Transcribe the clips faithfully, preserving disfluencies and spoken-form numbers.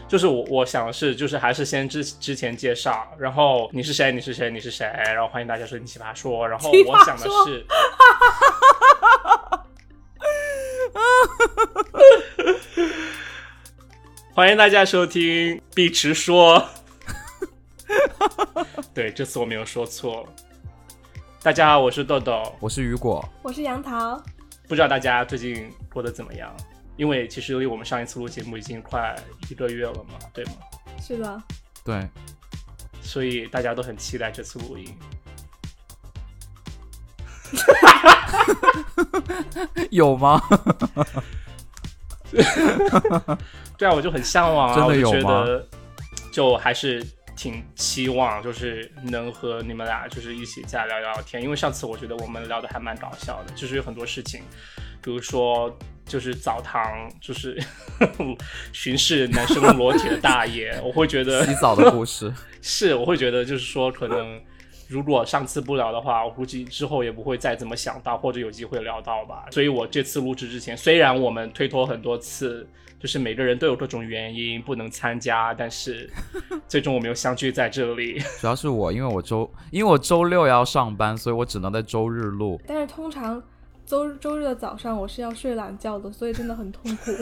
就是我我想的是，就是还是先之之前介绍，然后你是谁，你是谁，你是谁，然后欢迎大家收听奇葩说，然后我想的是，欢迎大家收听碧池说。对，这次我没有说错。大家好，我是豆豆， 我是雨果， 我是杨桃。 不知道大家最近过得怎么样？因为其实离我们上一次录节目已经快一个月了嘛，对吗？ 是的， 对， 所以大家都很期待这次录音。 有吗？ 对啊，我就很向往啊， 真的有吗？ 我就觉得就还是挺期望，就是能和你们俩就是一起再聊聊天，因为上次我觉得我们聊的还蛮搞笑的，就是有很多事情，比如说就是澡堂就是巡视男生裸体的大爷，我会觉得洗澡的故事是，我会觉得就是说可能如果上次不聊的话，我估计之后也不会再怎么想到，或者有机会聊到吧。所以我这次录制之前，虽然我们推脱很多次，就是每个人都有各种原因不能参加，但是最终我们又相聚在这里。 主要是我，因为我周因为我周六要上班，所以我只能在周日录。 但是通常周周日的早上我是要睡懒觉的，所以真的很痛苦。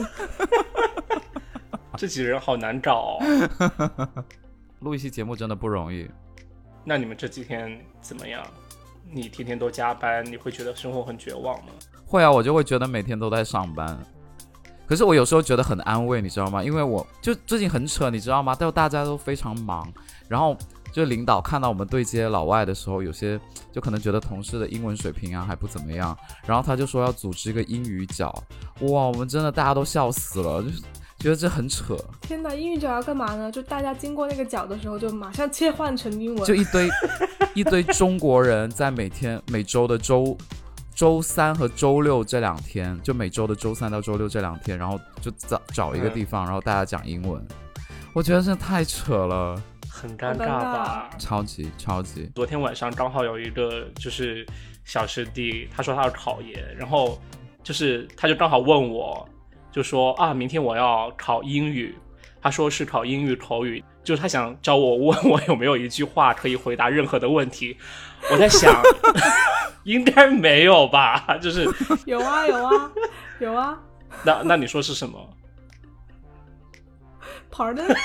这几个人好难找哦。 录一期节目真的不容易。 那你们这几天怎么样？你天天都加班，你会觉得生活很绝望吗？ 会啊，我就会觉得每天都在上班。可是我有时候觉得很安慰，你知道吗？因为我就最近很扯，你知道吗？但大家都非常忙，然后就领导看到我们对接老外的时候，有些就可能觉得同事的英文水平啊还不怎么样，然后他就说要组织一个英语角。哇，我们真的大家都笑死了，就是觉得这很扯。 天哪，英语角要干嘛呢？就大家经过那个角的时候就马上切换成英文， 就一堆一堆中国人在每天每周的周周三和周六这两天，就每周的周三到周六这两天，然后就找找一个地方、嗯、然后大家讲英文。我觉得真的太扯了， 很尴尬吧？ 超级超级。 昨天晚上刚好有一个就是小师弟，他说他要考研，然后就是他就刚好问我，就说啊，明天我要考英语，他说是考英语口语，就是他想找我问我有没有一句话可以回答任何的问题。我在想应该没有吧，就是有啊有啊有啊。 那那你说是什么 ？Pardon？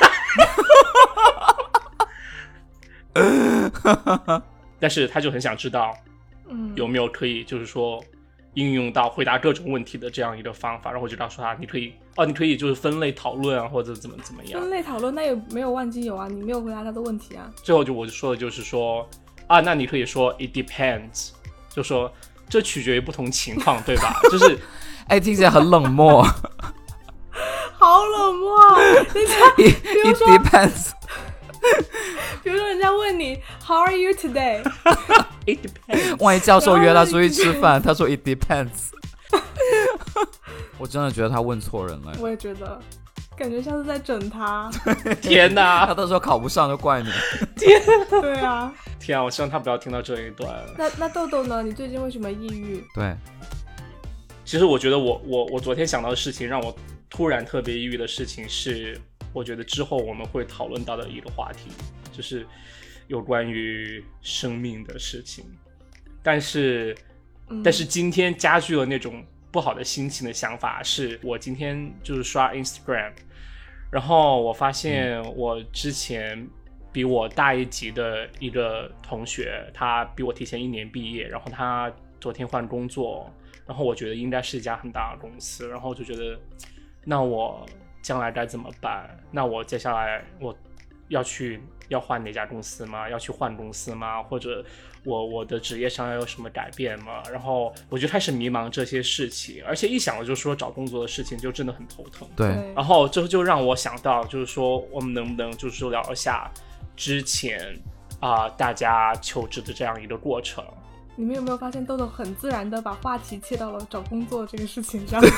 但是他就很想知道，嗯，有没有可以就是说应用到回答各种问题的这样一个方法，然后我就告诉他，你可以哦，你可以就是分类讨论啊，或者怎么怎么样。 分类讨论那也没有万金油啊，你没有回答他的问题啊。 最后就我就说的就是说啊，那你可以说 it depends， 就说这取决于不同情况，对吧？就是哎，听起来很冷漠。 好冷漠。人家比如说 it depends。 比如说人家问你 How are you today？ It depends。 万一教授约他出去吃饭，他说 It depends。 我真的觉得他问错人了。 我也觉得，感觉像是在整他。 天哪， 他到时候考不上就怪你。 天， 对啊， 天啊，我希望他不要听到这一段。 那那豆豆呢？你最近为什么抑郁？ 对， 其实我觉得我我我昨天想到的事情，让我突然特别抑郁的事情是，我觉得之后我们会讨论到的一个话题，就是有关于生命的事情。但是、嗯、但是今天加剧了那种不好的心情的想法是，我今天就是刷 Instagram， 然后我发现我之前比我大一级的一个同学，他比我提前一年毕业，然后他昨天换工作，然后我觉得应该是一家很大的公司，然后就觉得那我将来该怎么办？那我接下来我要去要换哪家公司吗？要去换公司吗？或者我我的职业上要有什么改变吗？然后我就开始迷茫这些事情，而且一想我就说找工作的事情就真的很头疼。 对， 然后这就让我想到，就是说我们能不能就是聊一下之前啊、呃、大家求职的这样一个过程。 你们有没有发现豆豆很自然的把话题切到了找工作这个事情上？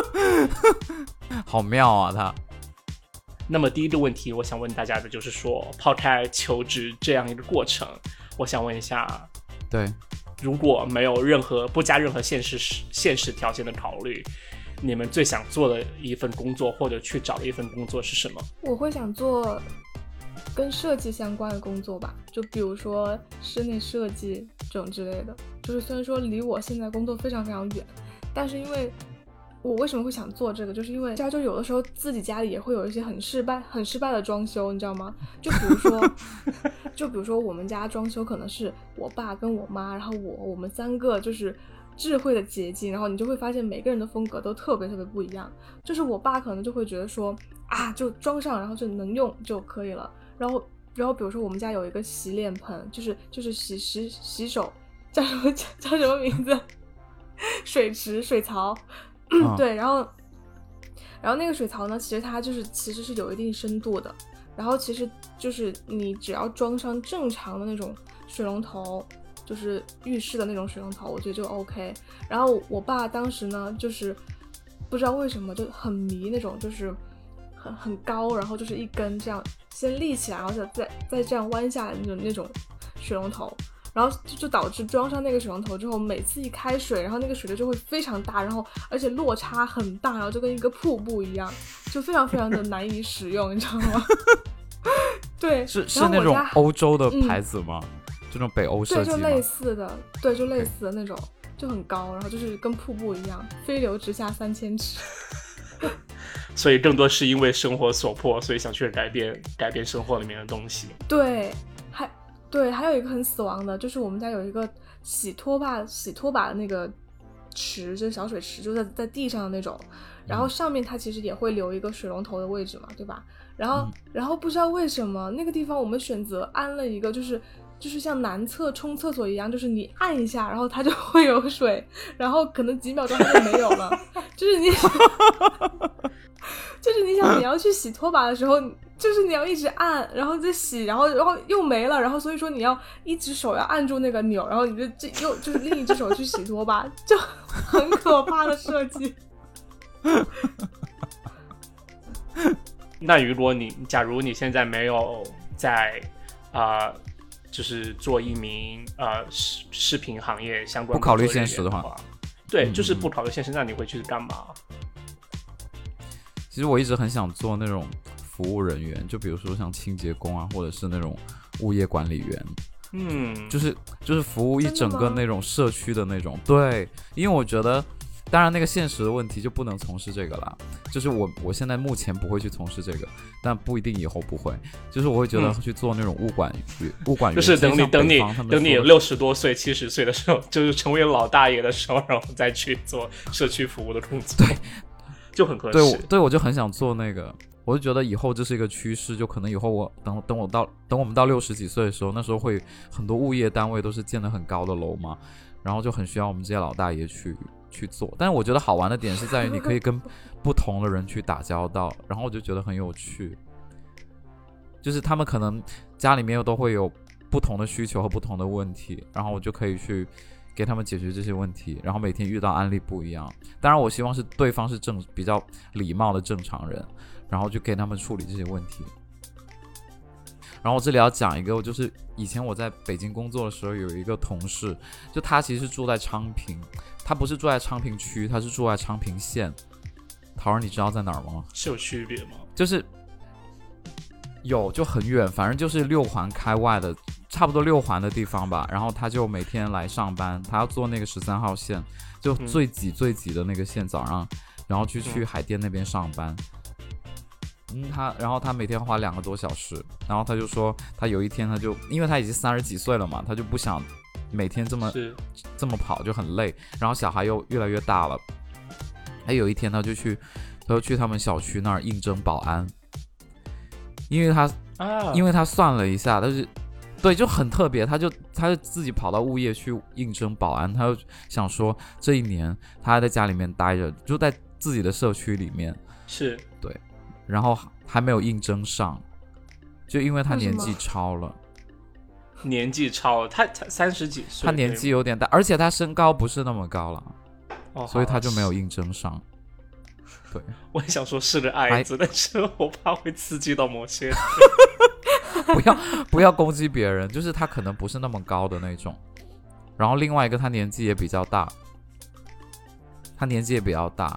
好妙啊他。 那么第一个问题我想问大家的就是说，抛开求职这样一个过程，我想问一下， 对， 如果没有任何不加任何现实现实条件的考虑， 你们最想做的一份工作或者去找的一份工作是什么？ 我会想做跟设计相关的工作吧，就比如说室内设计这种之类的。就是虽然说离我现在工作非常非常远，但是因为我为什么会想做这个，就是因为家就有的时候自己家里也会有一些很失败很失败的装修，你知道吗？就比如说就比如说我们家装修可能是我爸跟我妈，然后我我们三个就是智慧的结晶，然后你就会发现每个人的风格都特别特别不一样。就是我爸可能就会觉得说啊，就装上然后就能用就可以了，然后然后比如说我们家有一个洗脸盆，就是就是洗洗洗手叫什么叫什么名字水池水槽对，然后然后那个水槽呢，其实它就是其实是有一定深度的，然后其实就是你只要装上正常的那种水龙头，就是浴室的那种水龙头，我觉得就 OK。 然后我爸当时呢就是不知道为什么就很迷那种就是很很高，然后就是一根这样先立起来，然后再再这样弯下来的那种那种水龙头，然后就就导致装上那个水龙头之后，每次一开水，然后那个水流就会非常大，然后而且落差很大，然后就跟一个瀑布一样，就非常非常的难以使用你知道吗？对， 是是那种欧洲的牌子吗？嗯、这种北欧设计吗？ 对，就类似的，对，就类似的那种，就很高，然后就是跟瀑布一样，飞流直下三千尺。 所以更多是因为生活所迫，所以想去改变改变生活里面的东西。 对，还对，还有一个很死亡的，就是我们家有一个洗拖把洗拖把的那个池，就是小水池，就在在地上的那种，然后上面它其实也会留一个水龙头的位置嘛，对吧？然后、嗯、然后不知道为什么那个地方我们选择安了一个就是就是像男厕冲厕所一样，就是你按一下然后它就会有水，然后可能几秒钟它就没有了就是你就是你想你要去洗拖把的时候，就是你要一直按然后再洗，然后然后又没了，然后所以说你要一只手要按住那个钮，然后你就这又就是另一只手去洗拖把，就很可怕的设计那如果你假如你现在没有在啊、呃，就是做一名呃视视频行业相关不考虑现实的话， 对，就是不考虑现实，那你会去干嘛？ 其实我一直很想做那种服务人员，就比如说像清洁工啊，或者是那种物业管理员， 嗯， 就是就是服务一整个那种社区的那种。对，因为我觉得，当然那个现实的问题就不能从事这个啦。就是我我现在目前不会去从事这个，但不一定以后不会。就是我会觉得去做那种物管员、嗯、物管员， 就是等你等你等你六十多岁、七十岁的时候，就是成为老大爷的时候，然后再去做社区服务的工作。 对。 就很合适。 对，我对我就很想做那个，我就觉得以后这是一个趋势，就可能以后我等等我到等我们到六十几岁的时候，那时候会很多物业单位都是建得很高的楼嘛，然后就很需要我们这些老大爷去去做。但是我觉得好玩的点是在于你可以跟不同的人去打交道，然后我就觉得很有趣，就是他们可能家里面都会有不同的需求和不同的问题，然后我就可以去给他们解决这些问题，然后每天遇到案例不一样，当然我希望是对方是正比较礼貌的正常人，然后就给他们处理这些问题。然后我这里要讲一个，就是以前我在北京工作的时候有一个同事，就他其实是住在昌平，他不是住在昌平区，他是住在昌平县。桃儿你知道在哪儿吗？ 是有区别吗？ 就是有，就很远，反正就是六环开外的，差不多六环的地方吧。然后他就每天来上班，他要坐那个十三号线，就最挤最挤的那个线，早上，然后去去海淀那边上班。嗯，他然后他每天花两个多小时，然后他就说他有一天他就因为他已经三十几岁了嘛，他就不想每天这么这么跑，就很累。然后小孩又越来越大了，还有一天他就去他就去他们小区那儿应征保安。因为他、啊，因为他算了一下，他是，对，就很特别，他就他就自己跑到物业去应征保安，他就想说这一年他还在家里面待着，就在自己的社区里面， 是对，然后还没有应征上，就因为他年纪超了， 年纪超了，他才三十几岁， 他年纪有点大，而且他身高不是那么高了， 哦、 所以他就没有应征上。对， 我也想说是个矮子，但是我怕会刺激到某些人。 不要不要攻击别人，就是他可能不是那么高的那种。然后另外一个他年纪也比较大，他年纪也比较大。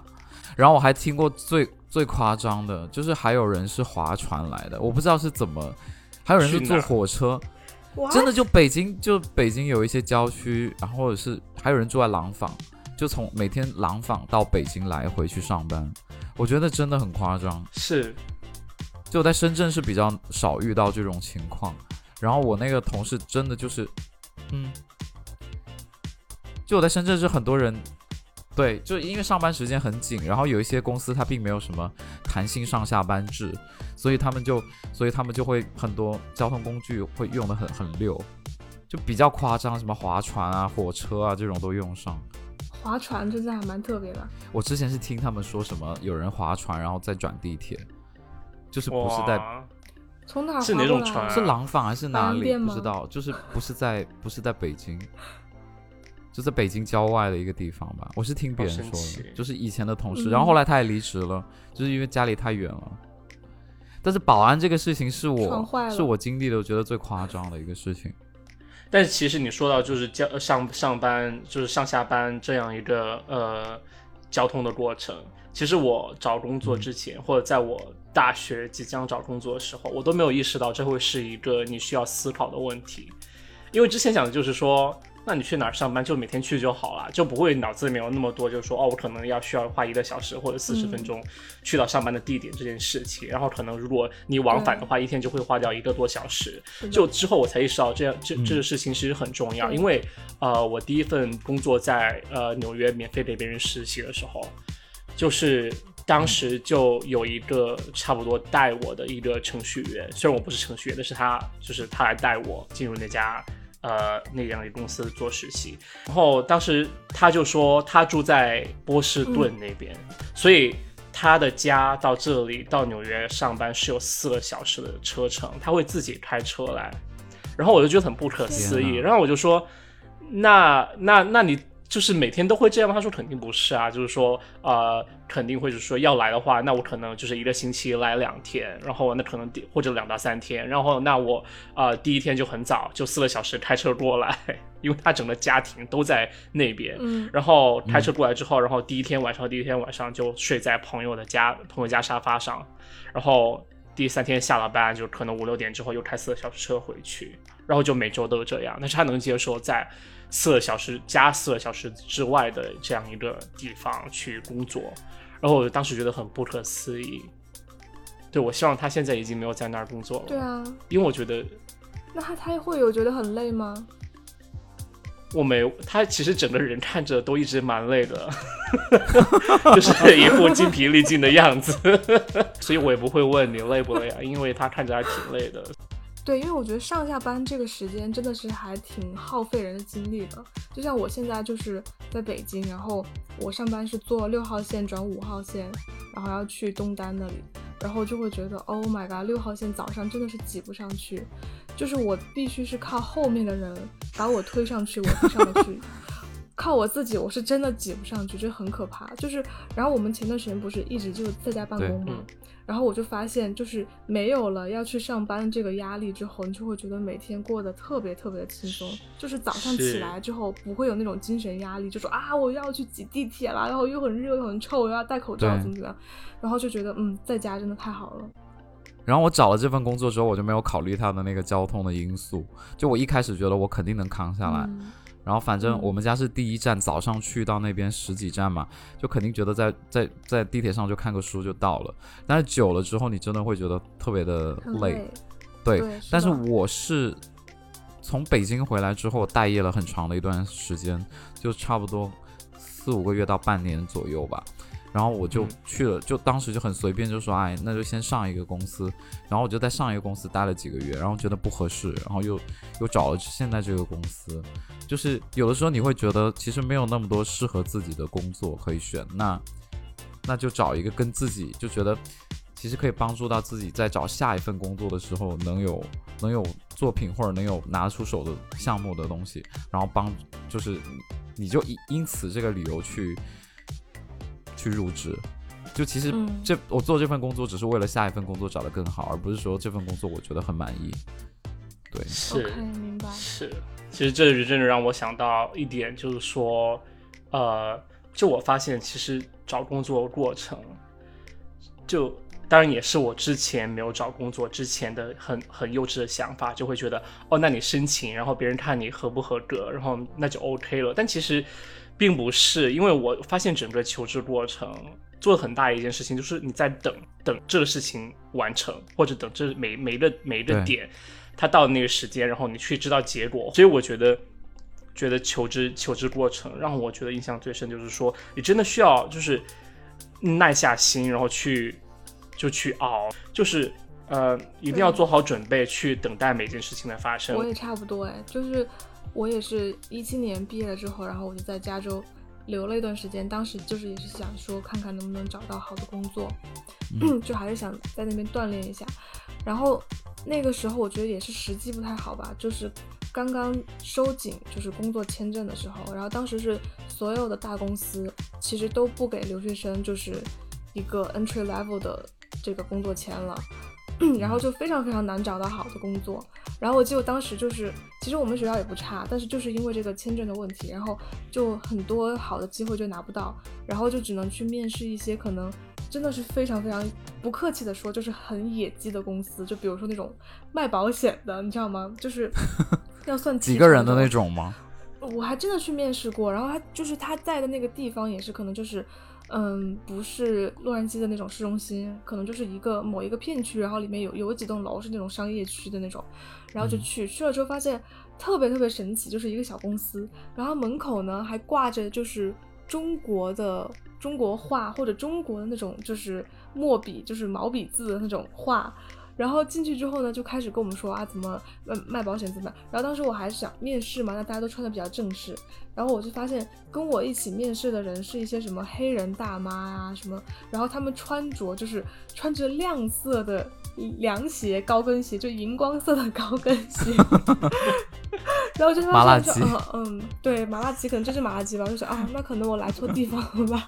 然后我还听过最最夸张的，就是还有人是划船来的，我不知道是怎么，还有人是坐火车，真的就北京就北京有一些郊区，然后或者是还有人住在廊坊，就从每天廊坊到北京来回去上班，我觉得真的很夸张。 是， 就我在深圳是比较少遇到这种情况，然后我那个同事真的就是，嗯，就我在深圳是很多人。对，就因为上班时间很紧，然后有一些公司它并没有什么弹性上下班制，所以他们就，所以他们就会很多交通工具会用得很很溜，就比较夸张，什么划船啊、火车啊这种都用上。 划船真的还蛮特别的。 我之前是听他们说什么有人划船然后再转地铁，就是不是在从哪是哪种船、啊？ 是廊坊还是哪里？不知道，就是不是在不是在北京。就在北京郊外的一个地方吧，我是听别人说的，就是以前的同事，然后后来他也离职了，就是因为家里太远了。但是保安这个事情是我是我经历的，我觉得最夸张的一个事情。 但是其实你说到就是交上上班就是上下班这样一个呃交通的过程，其实我找工作之前、嗯、或者在我大学即将找工作的时候，我都没有意识到这会是一个你需要思考的问题，因为之前想的就是说。那你去哪儿上班就每天去就好了，就不会脑子里面有那么多就是说哦我可能要需要花一个小时或者四十分钟去到上班的地点这件事情、嗯、然后可能如果你往返的话一天就会花掉一个多小时，就之后我才意识到这样这这个事情其实很重要、嗯、因为呃我第一份工作在呃纽约免费给别人实习的时候，就是当时就有一个差不多带我的一个程序员，虽然我不是程序员，但是他就是他来带我进入那家呃，那样一个公司做实习，然后当时他就说他住在波士顿那边、嗯、所以他的家到这里到纽约上班是有四个小时的车程，他会自己开车来，然后我就觉得很不可思议，然后我就说那那那你就是每天都会这样吗？他说肯定不是啊，就是说呃肯定会就是说要来的话，那我可能就是一个星期来两天，然后那可能或者两到三天，然后那我呃第一天就很早就四个小时开车过来，因为他整个家庭都在那边、嗯、然后开车过来之后、嗯、然后第一天晚上第一天晚上就睡在朋友的家朋友家沙发上，然后第三天下了班就可能五六点之后又开四个小时车回去，然后就每周都这样，但是他能接受在四个小时加四个小时之外的这样一个地方去工作，然后我当时觉得很不可思议。对，我希望他现在已经没有在那儿工作了。 对啊， 因为我觉得那他他会有觉得很累吗？ 我没，他其实整个人看着都一直蛮累的就是一副精疲力尽的样子所以我也不会问你累不累啊，因为他看着还挺累的。 对，因为我觉得上下班这个时间真的是还挺耗费人的精力的。就像我现在就是在北京，然后我上班是坐六号线转五号线，然后要去东单那里，然后就会觉得 Oh my god， 六号线早上真的是挤不上去，就是我必须是靠后面的人把我推上去，我才上得去靠我自己我是真的挤不上去，这很可怕。就是然后我们前段时间不是一直就在家办公吗？然后我就发现就是没有了要去上班这个压力之后，你就会觉得每天过得特别特别的轻松，就是早上起来之后不会有那种精神压力，就说啊我要去挤地铁啦，然后又很热又很臭，又要戴口罩怎么怎么样，然后就觉得嗯在家真的太好了。 然后我找了这份工作之后，我就没有考虑它的那个交通的因素，就我一开始觉得我肯定能扛下来、嗯然后反正我们家是第一站、嗯、早上去到那边十几站嘛，就肯定觉得在在在地铁上就看个书就到了，但是久了之后你真的会觉得特别的累， 累对， 对是但是我是从北京回来之后待业了很长的一段时间，就差不多四五个月到半年左右吧，然后我就去了，就当时就很随便就说哎那就先上一个公司，然后我就在上一个公司待了几个月，然后觉得不合适，然后又又找了现在这个公司。就是有的时候你会觉得其实没有那么多适合自己的工作可以选，那那就找一个跟自己就觉得其实可以帮助到自己在找下一份工作的时候能有能有作品或者能有拿出手的项目的东西，然后帮就是你就因此这个理由去去入职，就其实这、嗯、我做这份工作只是为了下一份工作找得更好，而不是说这份工作我觉得很满意。对， 是、 okay, 明白。 是，其实这真的让我想到一点，就是说，呃， 就我发现其实找工作过程，就当然也是我之前没有找工作之前的很很幼稚的想法，就会觉得哦，那你申请，然后别人看你合不合格，然后那就 OK 了。但其实并不是，因为我发现整个求职过程做了很大一件事情，就是你在等等这个事情完成，或者等这每每一个每一个点，它到那个时间，然后你去知道结果。所以我觉得。觉得求职求职过程让我觉得印象最深，就是说你真的需要就是耐下心，然后去就去熬，就是呃一定要做好准备去等待每件事情的发生。 我也差不多哎，就是我也是一七年毕业了之后，然后我就在加州留了一段时间，当时就是也是想说看看能不能找到好的工作，嗯、就还是想在那边锻炼一下。然后那个时候我觉得也是时机不太好吧，就是刚刚收紧就是工作签证的时候，然后当时是所有的大公司其实都不给留学生就是一个 entry level 的这个工作签了，然后就非常非常难找到好的工作。然后我记得当时就是其实我们学校也不差，但是就是因为这个签证的问题，然后就很多好的机会就拿不到，然后就只能去面试一些可能真的是非常非常不客气的说就是很野鸡的公司，就比如说那种卖保险的，你知道吗，就是要算几个人的那种吗？ 我还真的去面试过，然后他就是他在的那个地方也是可能就是嗯，不是洛杉矶的那种市中心，可能就是一个某一个片区，然后里面有有几栋楼是那种商业区的那种，然后就去、嗯、去了之后发现特别特别神奇，就是一个小公司，然后门口呢还挂着就是中国的中国画或者中国的那种就是墨笔就是毛笔字的那种画，然后进去之后呢就开始跟我们说啊怎么卖保险怎么，然后当时我还是想面试嘛，那大家都穿的比较正式，然后我就发现跟我一起面试的人是一些什么黑人大妈啊什么，然后他们穿着就是穿着亮色的凉鞋高跟鞋，就荧光色的高跟鞋然后就麻辣鸡嗯嗯对麻辣鸡可能真是麻辣鸡吧，就想啊那可能我来错地方了吧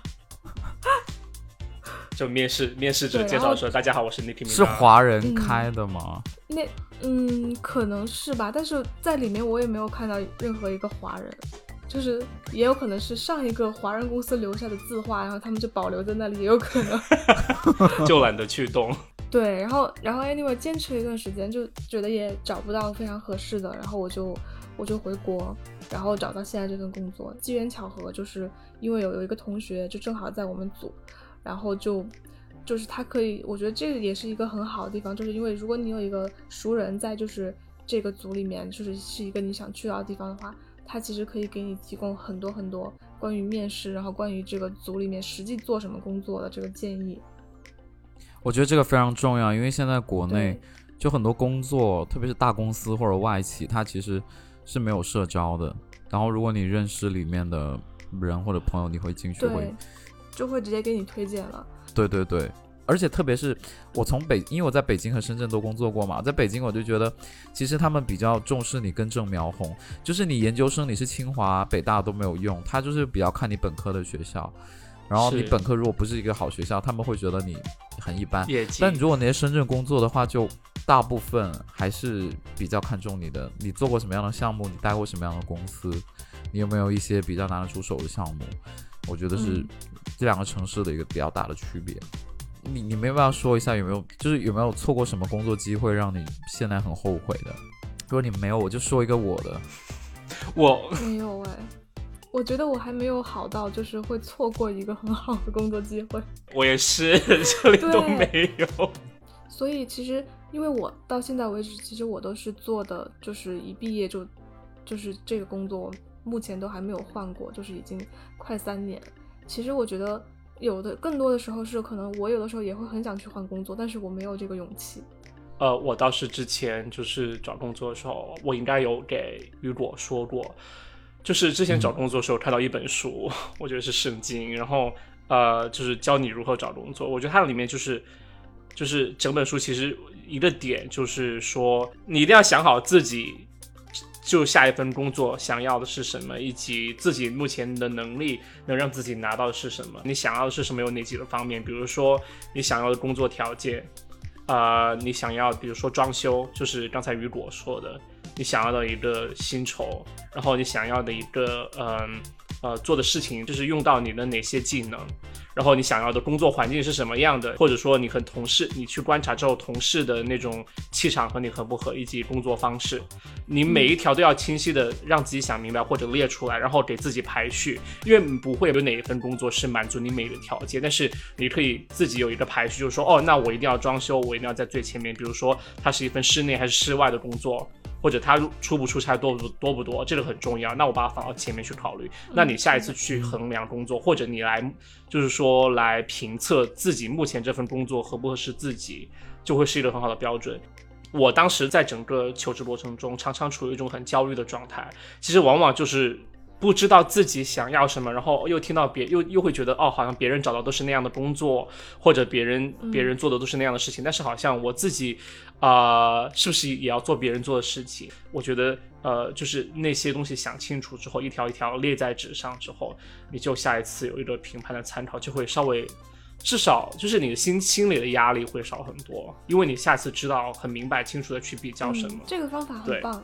就面试面试者介绍说大家好我是 Nicki Minaj， 是华人开的吗？ 嗯、那嗯可能是吧，但是在里面我也没有看到任何一个华人，就是也有可能是上一个华人公司留下的字画，然后他们就保留在那里，也有可能就懒得去动对，然后然后 anyway 坚持了一段时间，就觉得也找不到非常合适的，然后我就我就回国，然后找到现在这份工作。机缘巧合，就是因为有有一个同学就正好在我们组，然后就就是他可以，我觉得这个也是一个很好的地方，就是因为如果你有一个熟人在就是这个组里面，就是是一个你想去到的地方的话，他其实可以给你提供很多很多关于面试，然后关于这个组里面实际做什么工作的这个建议。 我觉得这个非常重要，因为现在国内就很多工作，特别是大公司或者外企，它其实是没有社招的。然后如果你认识里面的人或者朋友，你会进去会就会直接给你推荐了。 对对对，而且特别是我从北，因为我在北京和深圳都工作过嘛，在北京我就觉得其实他们比较重视你根正苗红，就是你研究生你是清华北大都没有用，他就是比较看你本科的学校，然后你本科如果不是一个好学校，他们会觉得你很一般。但如果你在深圳工作的话，就大部分还是比较看重你的，你做过什么样的项目，你待过什么样的公司，你有没有一些比较拿得出手的项目，我觉得是这两个城市的一个比较大的区别。你你没有办法说一下有没有就是有没有错过什么工作机会让你现在很后悔的？如果你没有，我就说一个我的。 我没有哎，我觉得我还没有好到就是会错过一个很好的工作机会。 我也是，这里都没有。 所以其实因为我到现在为止，其实我都是做的就是一毕业就就是这个工作，目前都还没有换过，就是已经快三年。其实我觉得有的更多的时候是可能我有的时候也会很想去换工作，但是我没有这个勇气。 呃，我倒是之前就是找工作的时候，我应该有给雨果说过，就是之前找工作的时候看到一本书，嗯、我觉得是圣经，然后呃，就是教你如何找工作。我觉得它里面就是就是整本书其实一个点就是说，你一定要想好自己就下一份工作想要的是什么，以及自己目前的能力能让自己拿到的是什么。你想要的是什么有哪几个方面，比如说你想要的工作条件，呃，你想要比如说装修，就是刚才雨果说的，你想要的一个薪酬，然后你想要的一个嗯呃做的事情就是用到你的哪些技能，然后你想要的工作环境是什么样的，或者说你和同事，你去观察之后同事的那种气场和你合不合，以及工作方式，你每一条都要清晰的让自己想明白或者列出来，然后给自己排序，因为不会有哪一份工作是满足你每一个条件，但是你可以自己有一个排序，就是说哦，那我一定要装修，我一定要在最前面，比如说它是一份室内还是室外的工作，或者他出不出差多不多不多，这个很重要，那我把它放到前面去考虑。那你下一次去衡量工作，或者你来就是说来评测自己目前这份工作合不合适自己，就会是一个很好的标准。我当时在整个求职过程中常常处于一种很焦虑的状态，其实往往就是不知道自己想要什么，然后又听到别又又会觉得哦，好像别人找到都是那样的工作，或者别人别人做的都是那样的事情，嗯、但是好像我自己啊、呃，是不是也要做别人做的事情？我觉得呃，就是那些东西想清楚之后，一条一条列在纸上之后，你就下一次有一个评判的参考，就会稍微至少就是你的心心里的压力会少很多，因为你下次知道很明白清楚的去比较什么。嗯、 这个方法很棒。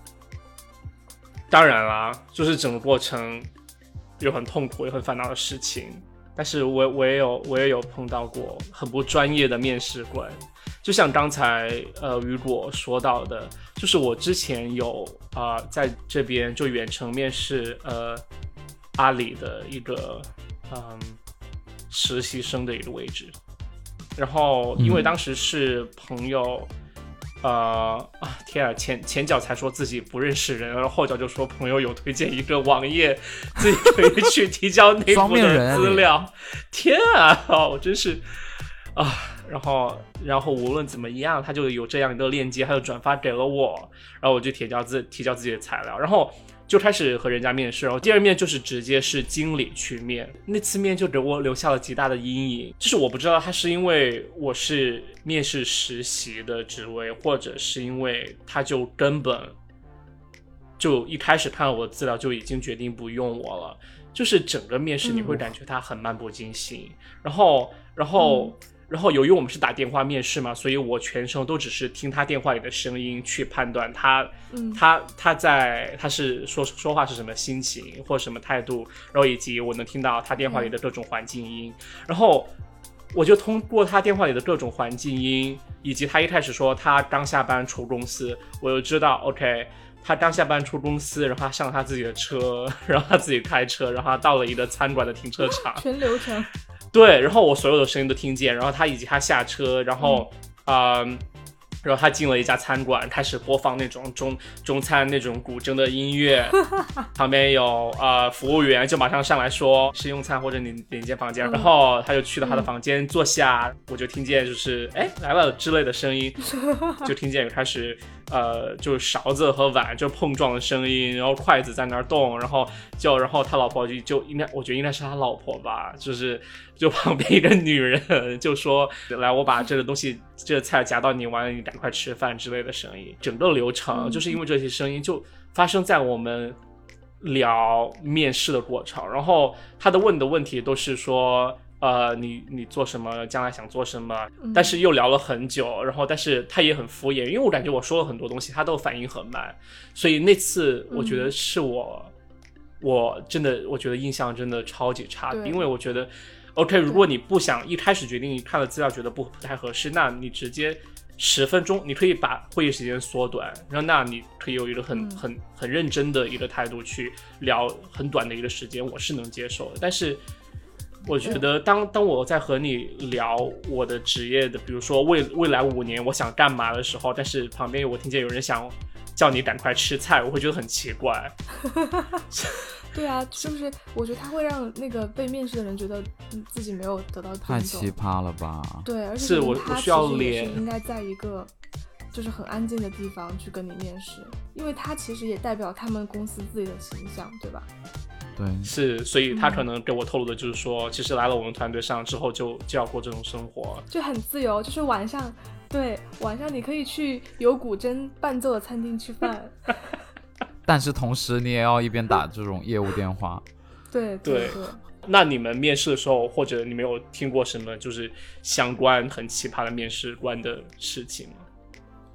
当然啦，就是整个过程有很痛苦也很烦恼的事情，但是我我也有我也有碰到过很不专业的面试官，就像刚才呃雨果说到的，就是我之前有啊、呃、在这边就远程面试呃阿里的一个嗯实习生的一个位置，然后因为当时是朋友。嗯呃啊天啊，前前脚才说自己不认识人，然后后脚就说朋友有推荐一个网页，自己可以去提交内部的资料。天啊，哦，我真是啊！然后然后无论怎么样，他就有这样一个链接，他就转发给了我，然后我就提交自提交自己的材料，然后就开始和人家面试，然后第二面就是直接是经理去面，那次面就给我留下了极大的阴影，就是我不知道他是因为我是面试实习的职位，或者是因为他就根本就一开始看了我的资料就已经决定不用我了，就是整个面试你会感觉他很漫不经心，嗯、然后然后。嗯然后由于我们是打电话面试嘛，所以我全程都只是听他电话里的声音去判断他，嗯、他他在他是说说话是什么心情或什么态度，然后以及我能听到他电话里的各种环境音，嗯、然后我就通过他电话里的各种环境音，以及他一开始说他刚下班出公司，我就知道 OK。他刚下班出公司，然后他上他自己的车，然后他自己开车，然后他到了一个餐馆的停车场， 全流程。 对，然后我所有的声音都听见，然后他以及他下车，然后啊、嗯呃，然后他进了一家餐馆，开始播放那种中中餐那种古筝的音乐，旁边有呃服务员就马上上来说是用餐或者你哪间房间，嗯、然后他就去到他的房间坐下，嗯、我就听见就是哎来了之类的声音，就听见有开始。呃，就是勺子和碗就碰撞的声音，然后筷子在那儿动，然后就然后他老婆就就应该，我觉得应该是他老婆吧，就是就旁边一个女人就说来，我把这个东西这个菜夹到你碗里，你赶快吃饭之类的声音。整个流程就是因为这些声音就发生在我们聊面试的过程，然后他的问的问题都是说。呃，你你做什么？将来想做什么？但是又聊了很久，然后但是他也很敷衍，因为我感觉我说了很多东西，他都反应很慢，所以那次我觉得是我，嗯、我真的我觉得印象真的超级差的，因为我觉得 ，OK， 如果你不想一开始决定看了资料觉得不不太合适，那你直接十分钟，你可以把会议时间缩短，然后那你可以有一个很、嗯、很很认真的一个态度去聊很短的一个时间，我是能接受的，但是。我觉得当当我在和你聊我的职业的，比如说未未来五年我想干嘛的时候，但是旁边我听见有人想叫你赶快吃菜，我会觉得很奇怪。 对啊，是不是？我觉得他会让那个被面试的人觉得自己没有得到尊重。 太奇葩了吧？ 对，而且是我我需要脸，应该在一个就是很安静的地方去跟你面试，因为他其实也代表他们公司自己的形象，对吧？ 对， 是，所以他可能给我透露的就是说，嗯、其实来了我们团队上之后就就要过这种生活， 就很自由，就是晚上，对，晚上你可以去有古筝伴奏的餐厅吃饭， 但是同时你也要一边打这种业务电话。 对对对。 那你们面试的时候，或者你们有听过什么就是相关很奇葩的面试官的事情吗？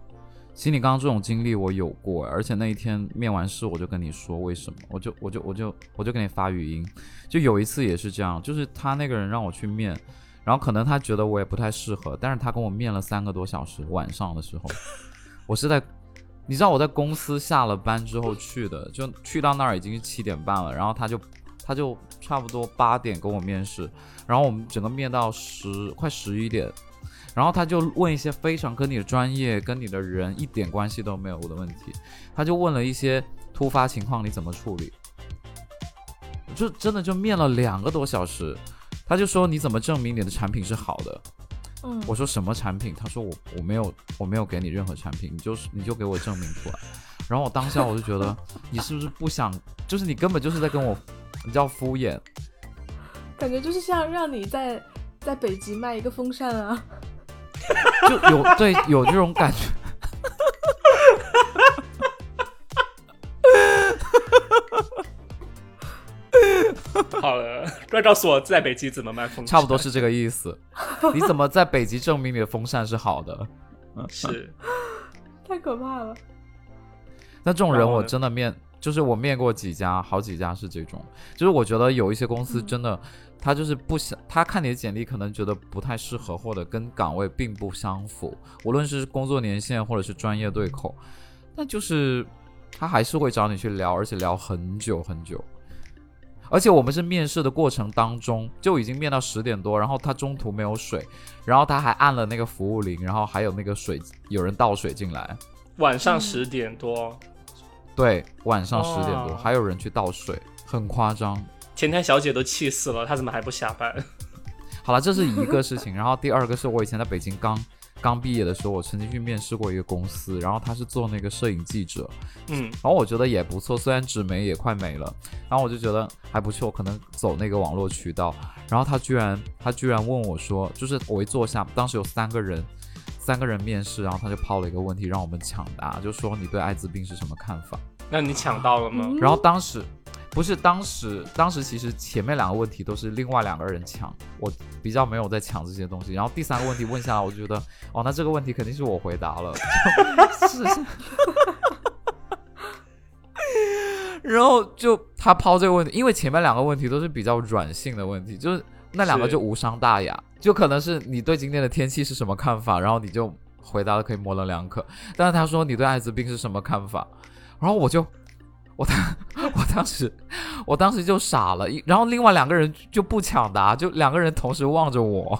其实你刚刚这种经历我有过，而且那一天面完试我就跟你说为什么，我就我就我就我就给你发语音。就有一次也是这样，就是他那个人让我去面，然后可能他觉得我也不太适合，但是他跟我面了三个多小时，晚上的时候，我是在，你知道我在公司下了班之后去的，就去到那儿已经是七点半了，然后他就他就差不多八点跟我面试，然后我们整个面到十快十一点。然后他就问一些非常跟你的专业跟你的人一点关系都没有的问题，他就问了一些突发情况你怎么处理，就真的就面了两个多小时。他就说你怎么证明你的产品是好的？嗯，我说什么产品？他说我我没有我没有给你任何产品，你就你就给我证明出来。然后我当下我就觉得你是不是不想，就是你根本就是在跟我你叫敷衍， 感觉就是像让你在在北极卖一个风扇啊。 就有对有这种感觉。 好了，快告诉我在北极怎么卖风扇。 差不多是这个意思。你怎么在北极证明你的风扇是好的？ 是， 太可怕了。 那这种人我真的面，就是我面过几家，好几家是这种，就是我觉得有一些公司真的。嗯，他就是不想，他看你的简历可能觉得不太适合，或者跟岗位并不相符，无论是工作年限或者是专业对口，但就是他还是会找你去聊，而且聊很久很久。而且我们是面试的过程当中就已经面到十点多，然后他中途没有水，然后他还按了那个服务铃，然后还有那个水有人倒水进来。 晚上十点多、嗯、 对，晚上十点多、哦、还有人去倒水，很夸张。 前台小姐都气死了，她怎么还不下班？ 好了，这是一个事情。然后第二个是我以前在北京刚刚毕业的时候，我曾经去面试过一个公司，然后他是做那个摄影记者，嗯，然后我觉得也不错，虽然纸媒也快没了，然后我就觉得还不错，可能走那个网络渠道。然后他居然他居然问我说，就是我一坐下，当时有三个人三个人面试，然后他就抛了一个问题让我们抢答，就说你对艾滋病是什么看法？ 那你抢到了吗？ 嗯、然后当时。不是当时，当时其实前面两个问题都是另外两个人抢，我比较没有在抢这些东西。然后第三个问题问下来，我就觉得，哦，那这个问题肯定是我回答了。是是。然后就他抛这个问题，因为前面两个问题都是比较软性的问题，就是那两个就无伤大雅，就可能是你对今天的天气是什么看法，然后你就回答的可以模棱两可。但是他说你对艾滋病是什么看法，然后我就。我当我当时我当时就傻了，然后另外两个人就不抢答，就两个人同时望着我。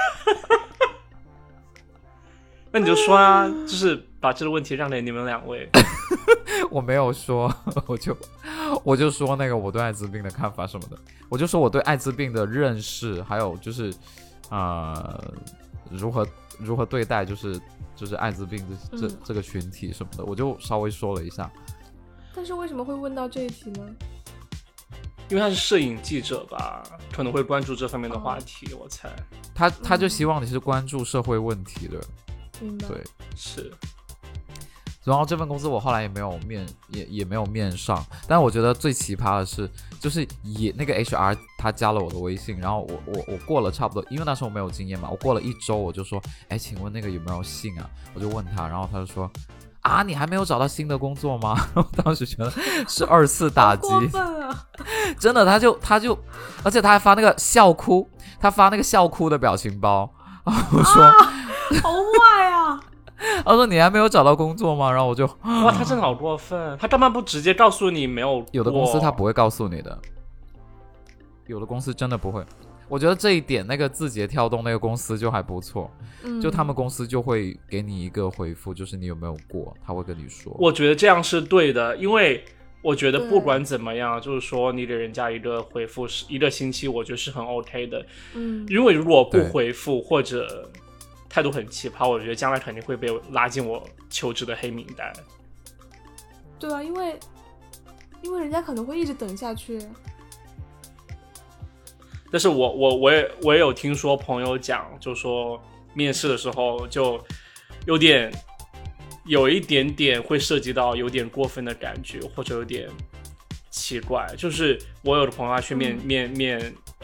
那你就说啊，就是把这个问题让给你们两位。 我没有说，我就我就说那个我对艾滋病的看法什么的，我就说我对艾滋病的认识，还有就是呃如何如何对待就是就是艾滋病这这、嗯、这个群体什么的，我就稍微说了一下。 但是为什么会问到这一题呢？ 因为他是摄影记者吧，可能会关注这方面的话题、哦、我猜他他就希望你是关注社会问题的、 嗯、明白， 对， 是。 然后这份公司我后来也没有面也也没有面上，但我觉得最奇葩的是，就是也那个 H R 他加了我的微信，然后我我我过了差不多，因为那时候我没有经验嘛，我过了一周我就说，哎，请问那个有没有信啊？我就问他，然后他就说。啊，你还没有找到新的工作吗？我当时觉得是二次打击， 好过分啊！ 真的，他就他就，而且他还发那个笑哭，他发那个笑哭的表情包。我说、 啊，好坏啊！ 他说你还没有找到工作吗？然后我就哇，他真的好过分，他干嘛不直接告诉你没有？ 有的公司他不会告诉你的，有的公司真的不会。我觉得这一点那个字节跳动那个公司就还不错、嗯、就他们公司就会给你一个回复，就是你有没有过，他会跟你说。 我觉得这样是对的，因为我觉得不管怎么样，就是说你给人家一个回复一个星期，我觉得是很 OK 的。嗯，因为如果不回复或者态度很奇葩，我觉得将来肯定会被拉进我求职的黑名单。 对啊，因为因为人家可能会一直等下去。 但是我我我也我也有听说朋友讲，就说面试的时候就有点有一点点会涉及到有点过分的感觉，或者有点奇怪。就是我有的朋友他去面、嗯、面面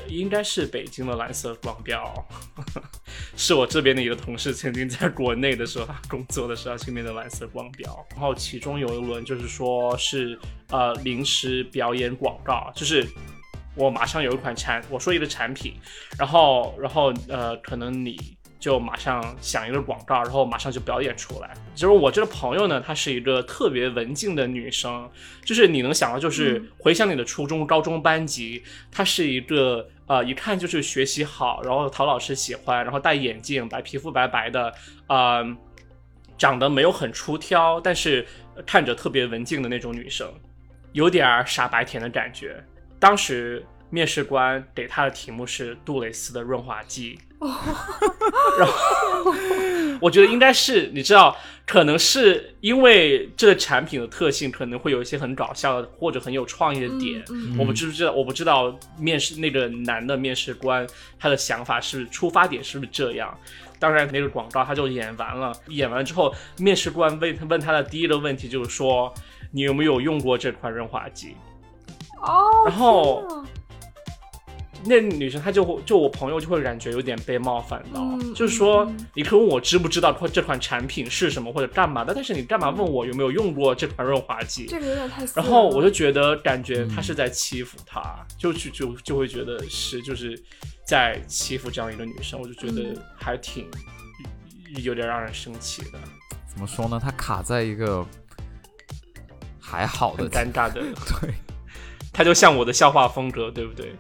应该是北京的蓝色光标，是我这边的一个同事曾经在国内的时候，他工作的时候去念的蓝色光标。然后其中有一轮就是说是呃临时表演广告，就是我马上有一款产，我说一个产品，然后然后呃可能你就马上想一个广告，然后马上就表演出来。就是我这个朋友呢，她是一个特别文静的女生，就是你能想到，就是回想你的初中、高中班级，她是一个呃一看就是学习好，然后讨老师喜欢，然后戴眼镜，白皮肤白白的，呃，长得没有很出挑，但是看着特别文静的那种女生，有点傻白甜的感觉。当时面试官给她的题目是杜蕾斯的润滑剂。然后我觉得应该是你知道，可能是因为这个产品的特性可能会有一些很搞笑的或者很有创意的点、嗯嗯、我不知道我不知道面试那个男的面试官他的想法是出发点是不是这样。当然那个广告他就演完了，演完之后面试官问问他的第一个问题就是说你有没有用过这款润滑剂。 哦， 然后那女生她就会，就我朋友就会感觉有点被冒犯到、嗯、就是说、嗯、你可以问我知不知道这款产品是什么或者干嘛的，但是你干嘛问我有没有用过这款润滑剂， 这个有点太私人了。 然后我就觉得感觉他是在欺负她、嗯、就就就会觉得是就是在欺负这样一个女生，我就觉得还挺、嗯、有点让人生气的。 怎么说呢，他卡在一个还好的很尴尬的对， 他就像我的笑话风格，对不对？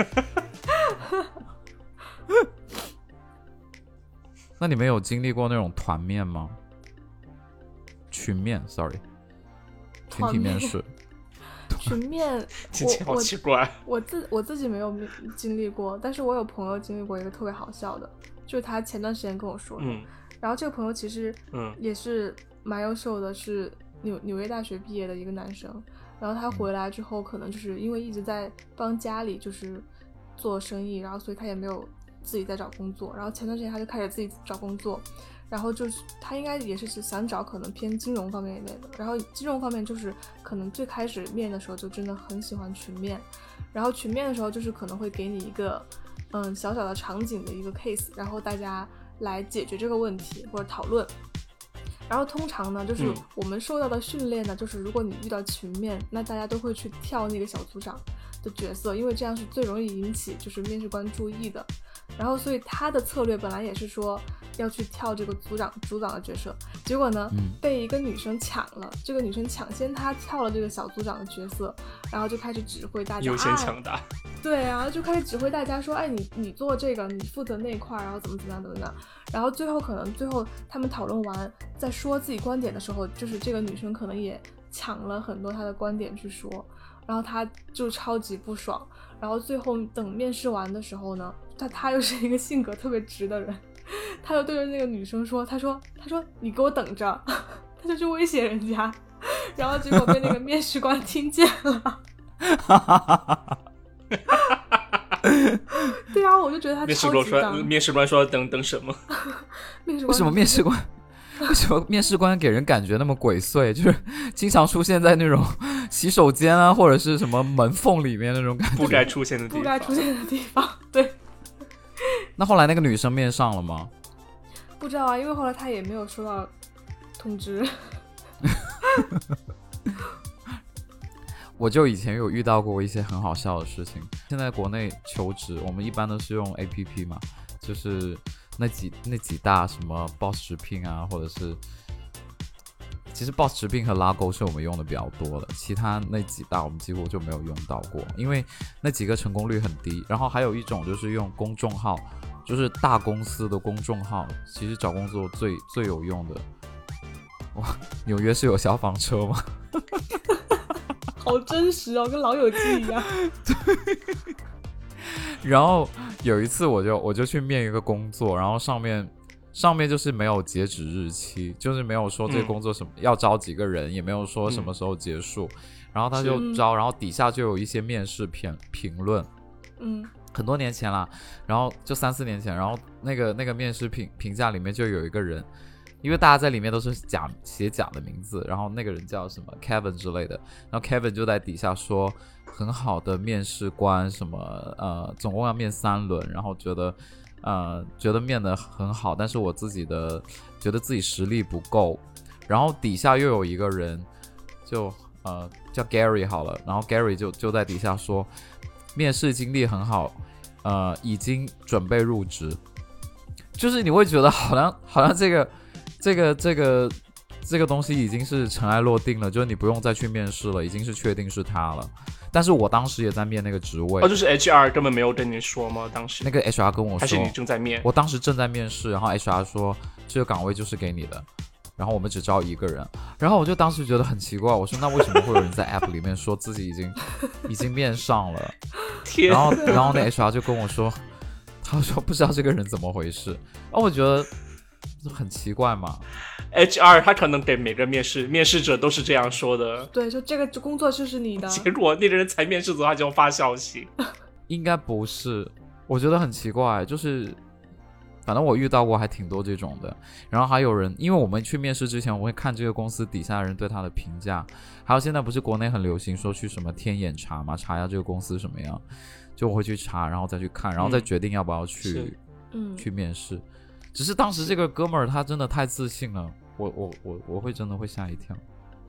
那你们有经历过那种团面吗？群面 ，sorry， 群体面试。 群面， 听起来好奇怪。 我我自我自己没有经历过，但是我有朋友经历过一个特别好笑的，就是他前段时间跟我说的。嗯。然后这个朋友其实也是蛮优秀的，是纽纽约大学毕业的一个男生。然后他回来之后，可能就是因为一直在帮家里就是做生意，然后所以他也没有自己在找工作。然后前段时间他就开始自己找工作，然后就是他应该也是想找可能偏金融方面一类的。然后金融方面就是可能最开始面的时候就真的很喜欢群面，然后群面的时候就是可能会给你一个嗯小小的场景的一个 case， 然后大家来解决这个问题或者讨论。然后通常呢，就是我们受到的训练呢、嗯，就是如果你遇到群面，那大家都会去跳那个小组长的角色，因为这样是最容易引起就是面试官注意的。然后所以他的策略本来也是说要去跳这个组长组长的角色，结果呢、嗯、被一个女生抢了，这个女生抢先他跳了这个小组长的角色，然后就开始指挥大家优先抢答、哎、 对啊，就开始指挥大家说，哎，你你做这个，你负责那一块，然后怎么怎么样怎么样。然后最后可能最后他们讨论完在说自己观点的时候，就是这个女生可能也抢了很多她的观点去说，然后她就超级不爽。然后最后等面试完的时候呢，他他又是一个性格特别直的人，他就对着那个女生说，他说他说你给我等着，他就去威胁人家，然后结果被那个面试官听见了。对啊，我就觉得他超级脏。 面试官说等等什么？ 面试官为什么面试官？为什么面试官给人感觉那么鬼祟？就是经常出现在那种洗手间啊，或者是什么门缝里面那种感觉， 不该出现的地方， 不该出现的地方。对。 那后来那个女生面上了吗？ 不知道啊，因为后来她也没有收到通知。 我就以前有遇到过一些很好笑的事情。现在国内求职，我们一般都是用 A P P 嘛，就是那几那几大什么 Boss 直聘啊，或者是其实 Boss 直聘和拉勾是我们用的比较多的，其他那几大我们几乎就没有用到过，因为那几个成功率很低。然后还有一种就是用公众号，就是大公司的公众号，其实找工作最最有用的。哇，纽约是有消防车吗？ 好真实哦，跟老友记一样。 对。然后有一次我就我就去面一个工作，然后上面上面就是没有截止日期，就是没有说这个工作什么、嗯、要招几个人，也没有说什么时候结束、嗯、然后他就招，然后底下就有一些面试评评论， 嗯， 很多年前啦，然后就三四年前，然后那个那个面试评评价里面就有一个人， 因为大家在里面都是假写假的名字，然后那个人叫什么 Kevin 之类的，然后 Kevin 就在底下说很好的面试官什么呃，总共要面三轮，然后觉得呃觉得面得很好，但是我自己的觉得自己实力不够，然后底下又有一个人就呃叫 Gary 好了，然后 Gary 就就在底下说面试经历很好，呃已经准备入职，就是你会觉得好像好像这个这个这个这个东西已经是尘埃落定了，就是你不用再去面试了，已经是确定是他了。但是我当时也在面那个职位， 哦，就是 H R 根本没有跟你说吗？当时那个 H R 跟我说， 还是你正在面？ 我当时正在面试，然后 H R 说这个岗位就是给你的，然后我们只招一个人，然后我就当时觉得很奇怪，我说那为什么会有人在 App 里面说自己已经已经面上了？ 天， 然后然后那 H R 就跟我说，他说不知道这个人怎么回事，然后我觉得很奇怪嘛。 H R 他可能给每个面试面试者都是这样说的， 对，就这个工作就是你的。 结果那个人才面试走，他就发消息。 应该不是，我觉得很奇怪，就是反正我遇到过还挺多这种的。然后还有人，因为我们去面试之前，我会看这个公司底下人对他的评价，还有现在不是国内很流行说去什么天眼查嘛，查一下这个公司什么样，就我会去查，然后再去看，然后再决定要不要去、 嗯、 去面试。只是当时这个哥们儿他真的太自信了，我我我我会真的会吓一跳。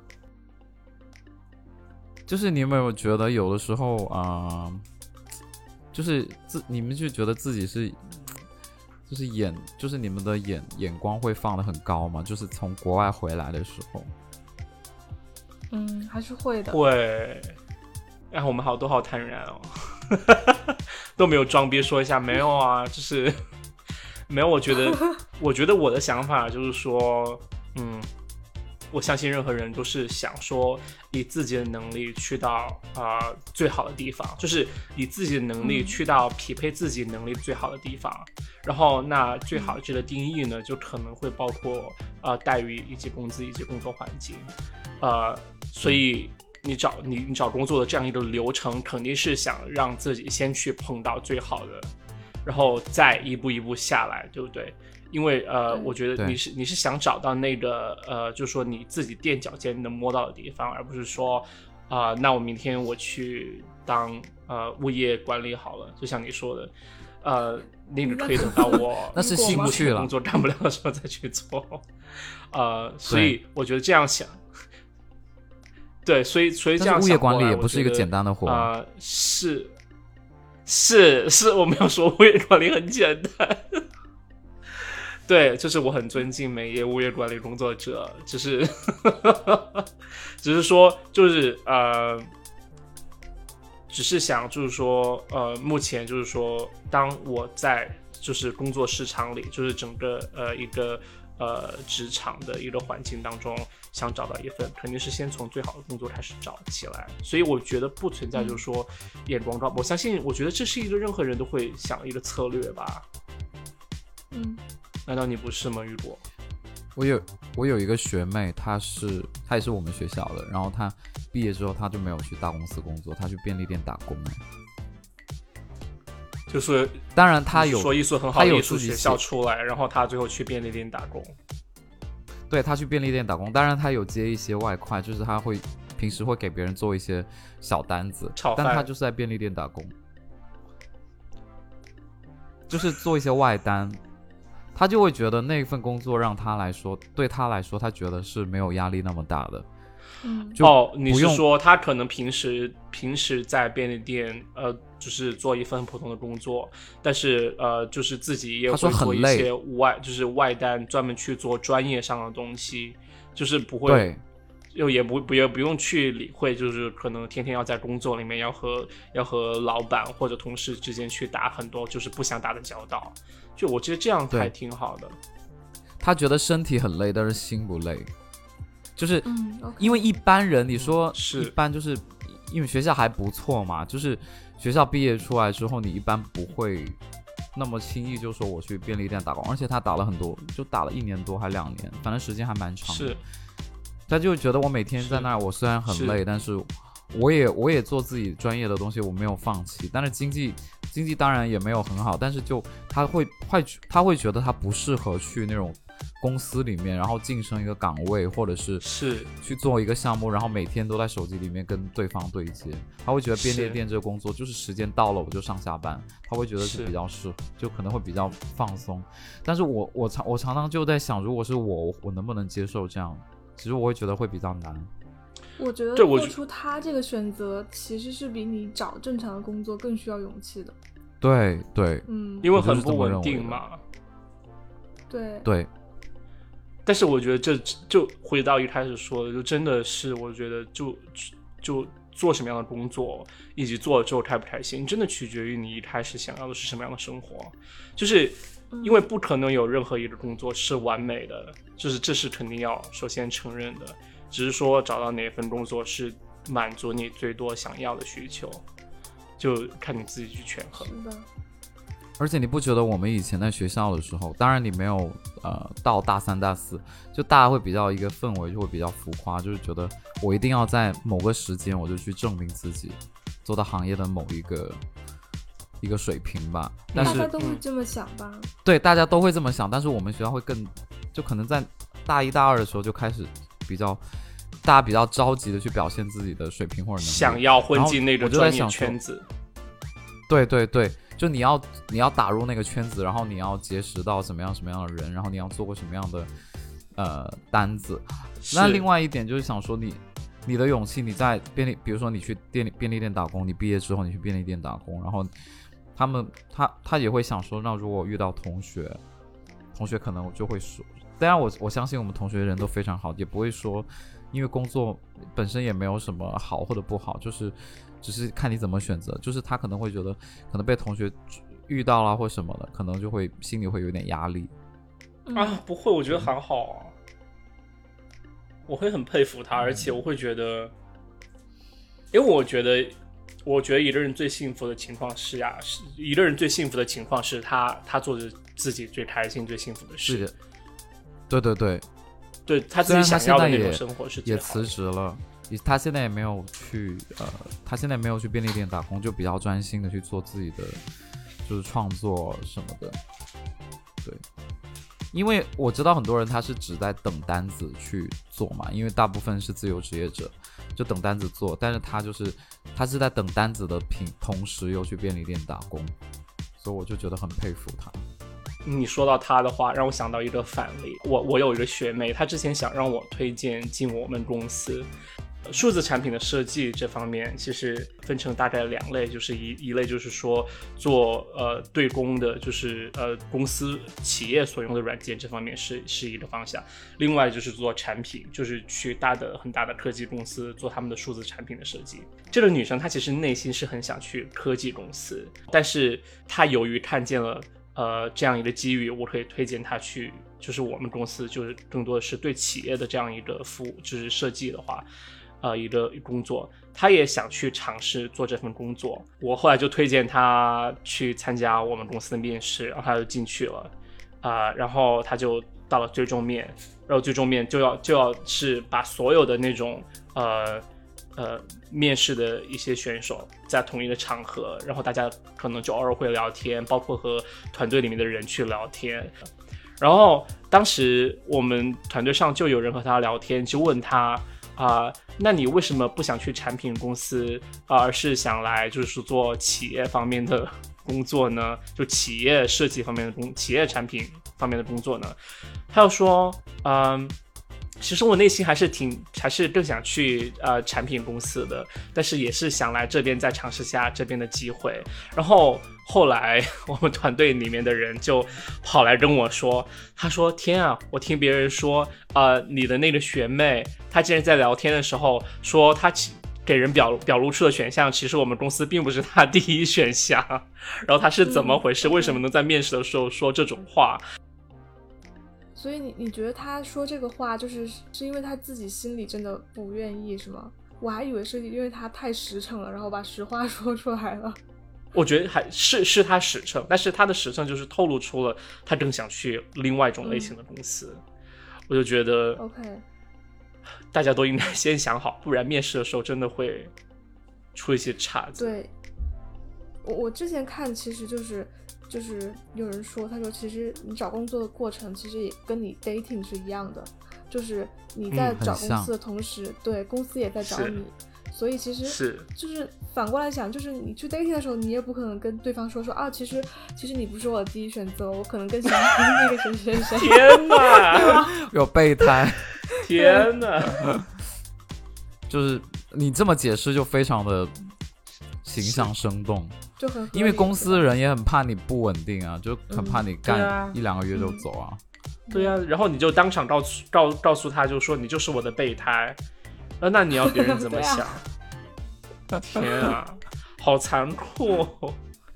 就是你有没有觉得有的时候啊、呃，就是自你们就觉得自己是，就是眼就是你们的眼眼光会放得很高吗？就是从国外回来的时候。 嗯，还是会的。 会，然后我们好都好坦然哦，都没有装逼说一下没有啊，就是没有。我觉得，我觉得我的想法就是说，嗯，我相信任何人都是想说以自己的能力去到啊、呃、最好的地方，就是以自己的能力去到匹配自己能力最好的地方。嗯、然后那最好这个定义呢，就可能会包括呃待遇以及工资以及工作环境，呃，所以。你找你你找工作的这样一个流程，肯定是想让自己先去碰到最好的，然后再一步一步下来，对不对？因为呃，我觉得你是你是想找到那个呃，就是说你自己垫脚尖能摸到的地方，而不是说啊、呃，那我明天我去当呃物业管理好了，就像你说的，呃，那个可以等到我那是兴趣了， 工作干不了的时候再去做，呃，所以我觉得这样想。对，所以所以这样想过来， 但是物业管理也不是一个简单的活啊、呃，是是是，我没有说物业管理很简单。对，就是我很尊敬每一位物业管理工作者，只是只是说就是呃，只是想就是说呃，目前就是说，当我在就是工作市场里，就是整个呃一个。呃，职场的一个环境当中，想找到一份，肯定是先从最好的工作开始找起来。所以我觉得不存在就是说眼光高，我相信，我觉得这是一个任何人都会想的一个策略吧。 嗯， 难道你不是吗，雨果？ 我有我有一个学妹，她是她也是我们学校的，然后她毕业之后，她就没有去大公司工作，她去便利店打工。 就是当然他有说一所很好的艺术学校出来，然后他最后去便利店打工。 对，他去便利店打工，当然他有接一些外快，就是他会平时会给别人做一些小单子，但他就是在便利店打工，就是做一些外单。他就会觉得那份工作让他来说，对他来说，他觉得是没有压力那么大的。 嗯， 哦，你是说他可能平时平时在便利店，呃，就是做一份很普通的工作，但是呃，就是自己也会做一些外，就是外单，专门去做专业上的东西，就是不会，又也不也不用去理会，就是可能天天要在工作里面要和要和老板或者同事之间去打很多就是不想打的交道，就我觉得这样还挺好的。 他觉得身体很累，但是心不累。就是因为一般人，你说一般就是因为学校还不错嘛，就是学校毕业出来之后，你一般不会那么轻易就说我去便利店打工，而且他打了很多，就打了一年多还两年，反正时间还蛮长的。 是， 他就觉得我每天在那儿，我虽然很累，但是我也我也做自己专业的东西，我没有放弃。但是经济经济当然也没有很好，但是就他会会他会觉得他不适合去那种公司里面，然后晋升一个岗位，或者是是去做一个项目，然后每天都在手机里面跟对方对接，他会觉得便利店这个工作就是时间到了我就上下班，他会觉得是比较适合，就可能会比较放松。但是我我常我常常就在想，如果是我，我能不能接受这样？其实我会觉得会比较难。 我觉得做出他这个选择，其实是比你找正常的工作更需要勇气的。 对对， 嗯， 因为很不稳定嘛。 对对。 但是我觉得这就回到一开始说的，就真的是我觉得就就做什么样的工作，以及做了之后开不开心，真的取决于你一开始想要的是什么样的生活。就是因为不可能有任何一个工作是完美的，就是这是肯定要首先承认的。只是说找到哪份工作是满足你最多想要的需求，就看你自己去权衡。 是的。 而且你不觉得我们以前在学校的时候，当然你没有呃到大三大四，就大家会比较一个氛围就会比较浮夸，就是觉得我一定要在某个时间我就去证明自己，做到行业的某一个一个水平吧。但是大家都会这么想吧、嗯？ 对，大家都会这么想，但是我们学校会更，就可能在大一大二的时候就开始比较，大家比较着急的去表现自己的水平或者能力， 想要混进那个专业圈子。 对对对，就你要你要打入那个圈子，然后你要结识到什么样什么样的人，然后你要做过什么样的呃单子。那另外一点就是想说你，你的勇气，你在便利，比如说你去便利便利店打工，你毕业之后你去便利店打工，然后他们他他也会想说，那如果我遇到同学，同学可能就会说，当然我我相信我们同学人都非常好，也不会说，因为工作本身也没有什么好或者不好，就是只是看你怎么选择，就是他可能会觉得可能被同学遇到了或什么的，可能就会心里会有点压力。 啊，不会，我觉得很好啊，我会很佩服他，而且我会觉得，因为我觉得，我觉得一个人最幸福的情况是呀、啊，是一个人最幸福的情况是他他做着自己最开心、最幸福的事。 是的，对对对， 对他自己想要的那种生活是最好的。也辞职了。他现在也没有去呃，他现在没有去便利店打工，就比较专心的去做自己的，就是创作什么的。对，因为我知道很多人他是只在等单子去做嘛，因为大部分是自由职业者，就等单子做，但是他就是他是在等单子的品同时又去便利店打工，所以我就觉得很佩服他。 你说到他的话，让我想到一个反例。我我有一个学妹，她之前想让我推荐进我们公司。数字产品的设计这方面其实分成大概两类，就是一一类就是说做呃对公的，就是呃公司企业所用的软件这方面是是一个方向，另外就是做产品，就是去大的很大的科技公司做他们的数字产品的设计。这个女生她其实内心是很想去科技公司，但是她由于看见了呃这样一个机遇，我可以推荐她去，就是我们公司就是更多的是对企业的这样一个服务，就是设计的话。呃，一个工作，他也想去尝试做这份工作。我后来就推荐他去参加我们公司的面试，然后他就进去了，啊、呃，然后他就到了最终面，然后最终面就要就要是把所有的那种呃呃面试的一些选手在同一个场合，然后大家可能就偶尔会聊天，包括和团队里面的人去聊天。然后当时我们团队上就有人和他聊天，就问他。啊、呃，那你为什么不想去产品公司，呃、而是想来就是做企业方面的工作呢？就企业设计方面的工，企业产品方面的工作呢？他又说，嗯、呃，其实我内心还是挺，还是更想去呃产品公司的，但是也是想来这边再尝试下这边的机会。然后后来我们团队里面的人就跑来跟我说，他说：“天啊，我听别人说，呃，你的那个学妹，她竟然在聊天的时候说，她给人表表露出的选项，其实我们公司并不是她第一选项。然后她是怎么回事？嗯、为什么能在面试的时候说这种话？” 所以你你觉得他说这个话，就是是因为他自己心里真的不愿意是吗？我还以为是因为他太实诚了，然后把实话说出来了。 我觉得还是是他实诚，但是他的实诚就是透露出了他更想去另外一种类型的公司。嗯、我就觉得 ，OK， 大家都应该先想好，不然面试的时候真的会出一些岔子。 对，我我之前看其实就是就是有人说，他说其实你找工作的过程其实也跟你 dating 是一样的，就是你在找公司的同时，嗯、对公司也在找你，所以其实是就是反过来想，就是你去 dating 的时候，你也不可能跟对方说说啊，其实其实你不是我的第一选择，我可能更喜欢那个谁谁谁。 天哪， 有备胎！ 天哪， 就是你这么解释就非常的形象生动。 就很因为公司的人也很怕你不稳定啊，就很怕你干一两个月就走啊。 对啊，然后你就当场告诉告告诉他，就说你就是我的备胎，那那你要别人怎么想？啊、天啊，好残酷、哦！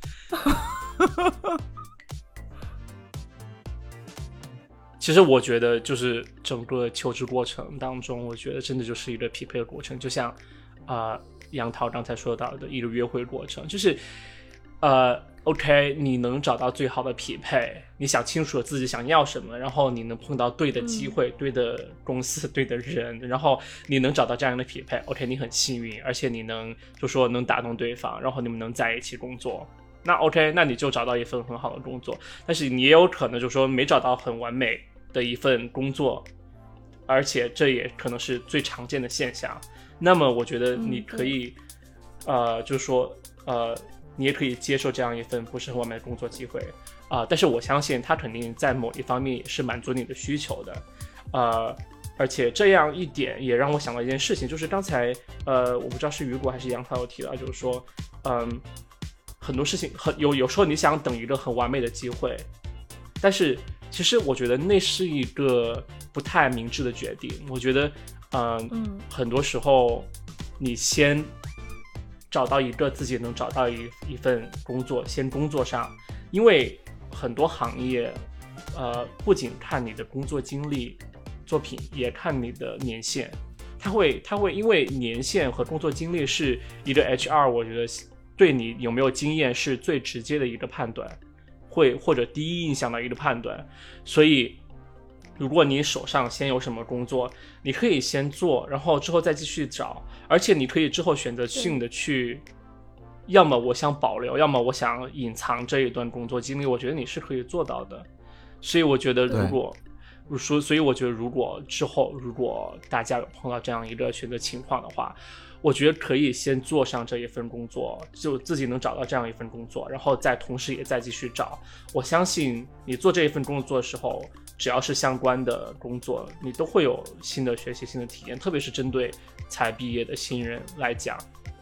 其实我觉得，就是整个求职过程当中，我觉得真的就是一个匹配的过程，就像啊。呃杨桃刚才说到的一个约会过程，就是呃 OK 你能找到最好的匹配，你想清楚了自己想要什么，然后你能碰到对的机会、嗯、对的公司对的人，然后你能找到这样的匹配 OK 你很幸运，而且你能就说能打动对方，然后你们能在一起工作，那 OK 那你就找到一份很好的工作。但是你也有可能就说没找到很完美的一份工作，而且这也可能是最常见的现象。那么我觉得你可以、嗯、呃就是说呃你也可以接受这样一份不是很完美的工作机会啊、呃，但是我相信他肯定在某一方面也是满足你的需求的，呃而且这样一点也让我想到一件事情，就是刚才呃我不知道是雨果还是杨涛有提到，就是说嗯很多事情很有有时候你想等一个很完美的机会，但是其实我觉得那是一个不太明智的决定。我觉得呃、嗯，很多时候你先找到一个自己能找到 一, 一份工作，先工作上，因为很多行业呃，不仅看你的工作经历作品，也看你的年限，它会它会因为年限和工作经历是一个 H R 我觉得对你有没有经验是最直接的一个判断，会或者第一印象的一个判断。所以如果你手上先有什么工作，你可以先做，然后之后再继续找，而且你可以之后选择性的去，要么我想保留，要么我想隐藏这一段工作经历，我觉得你是可以做到的。所以我觉得如果所以我觉得如果之后如果大家有碰到这样一个选择情况的话，我觉得可以先做上这一份工作，就自己能找到这样一份工作，然后再同时也再继续找。我相信你做这一份工作的时候，只要是相关的工作，你都会有新的学习、新的体验，特别是针对才毕业的新人来讲。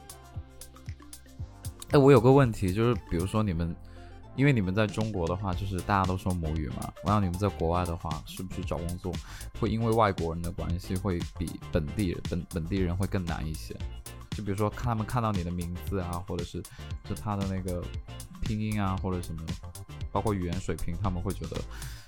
哎，我有个问题，就是比如说你们，因为你们在中国的话，就是大家都说母语嘛，然后你们在国外的话，是不是找工作会因为外国人的关系，会比本地人本本地人会更难一些？就比如说他们看到你的名字啊，或者是就他的那个拼音啊，或者什么，包括语言水平，他们会觉得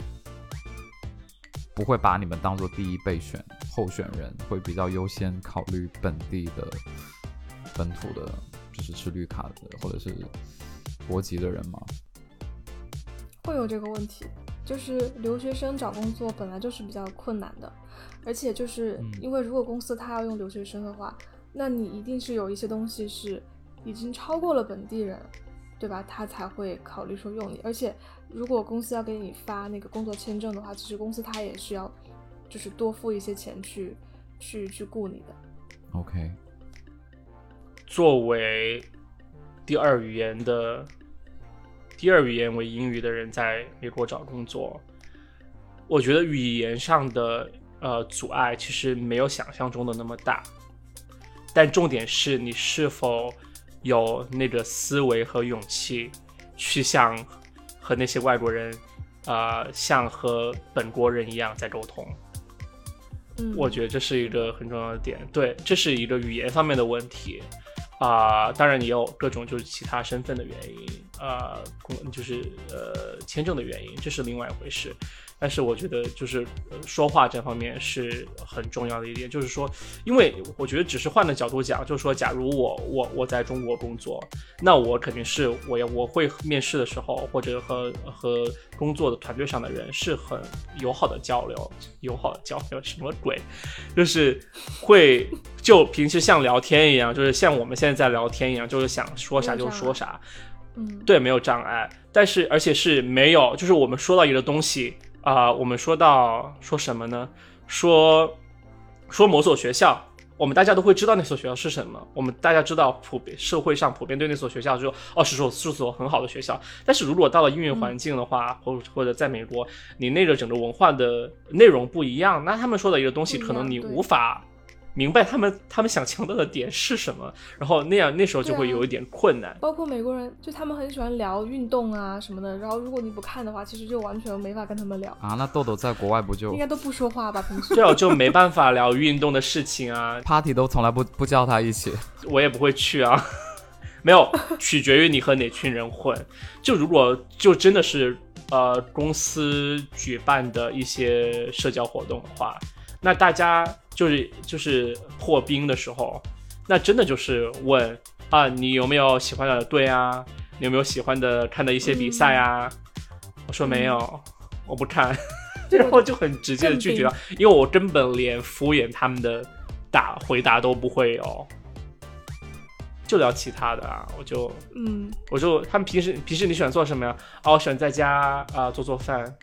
不会把你们当做第一备选候选人，会比较优先考虑本地的本土的，就是持绿卡的或者是国籍的人吗？ 会有这个问题，就是留学生找工作本来就是比较困难的，而且就是因为如果公司他要用留学生的话，那你一定是有一些东西是已经超过了本地人，对吧？他才会考虑说用你。而且如果公司要给你发那个工作签证的话，其实公司他也是要就是多付一些钱去去去雇你的。 OK， 作为第二语言的第二语言为英语的人在美国找工作，我觉得语言上的呃阻碍其实没有想象中的那么大，但重点是你是否有那个思维和勇气去像和那些外国人呃像和本国人一样在沟通。嗯，我觉得这是一个很重要的点。对，这是一个语言方面的问题啊、呃，当然也有各种就是其他身份的原因，呃，就是呃签证的原因，这是另外一回事。但是我觉得就是说话这方面是很重要的一点，就是说，因为我觉得只是换个角度讲，就是说，假如我我我在中国工作，那我肯定是我要我会面试的时候，或者和和工作的团队上的人是很友好的交流，友好的交流什么鬼？就是会就平时像聊天一样，就是像我们现在在聊天一样，就是想说啥就说啥。 嗯， 对，没有障碍，但是而且是没有，就是我们说到一个东西啊、呃，我们说到说什么呢？说说某所学校，我们大家都会知道那所学校是什么，我们大家知道普遍社会上普遍对那所学校就哦是所是所很好的学校，但是如果到了音乐环境的话，嗯、或或者在美国，你那个整个文化的内容不一样，那他们说的一个东西，可能你无法明白他们他们想强调的点是什么，然后那样那时候就会有一点困难。 啊、包括美国人，就他们很喜欢聊运动啊什么的，然后如果你不看的话，其实就完全没法跟他们聊啊。那豆豆在国外不就应该都不说话吧？平时对啊，就没办法聊运动的事情啊 ，party 都从来不不叫他一起， 我也不会去啊。没有，取决于你和哪群人混。就如果就真的是呃公司举办的一些社交活动的话，那大家就是就是破冰的时候，那真的就是问啊，你有没有喜欢的队啊？你有没有喜欢的看的一些比赛啊？嗯、我说没有，嗯、我不看，然后就很直接的拒绝了，因为我根本连敷衍他们的答回答都不会有。就聊其他的啊，我就嗯， 我就他们平时平时你喜欢做什么呀？啊，我喜欢在家啊、呃、做做饭。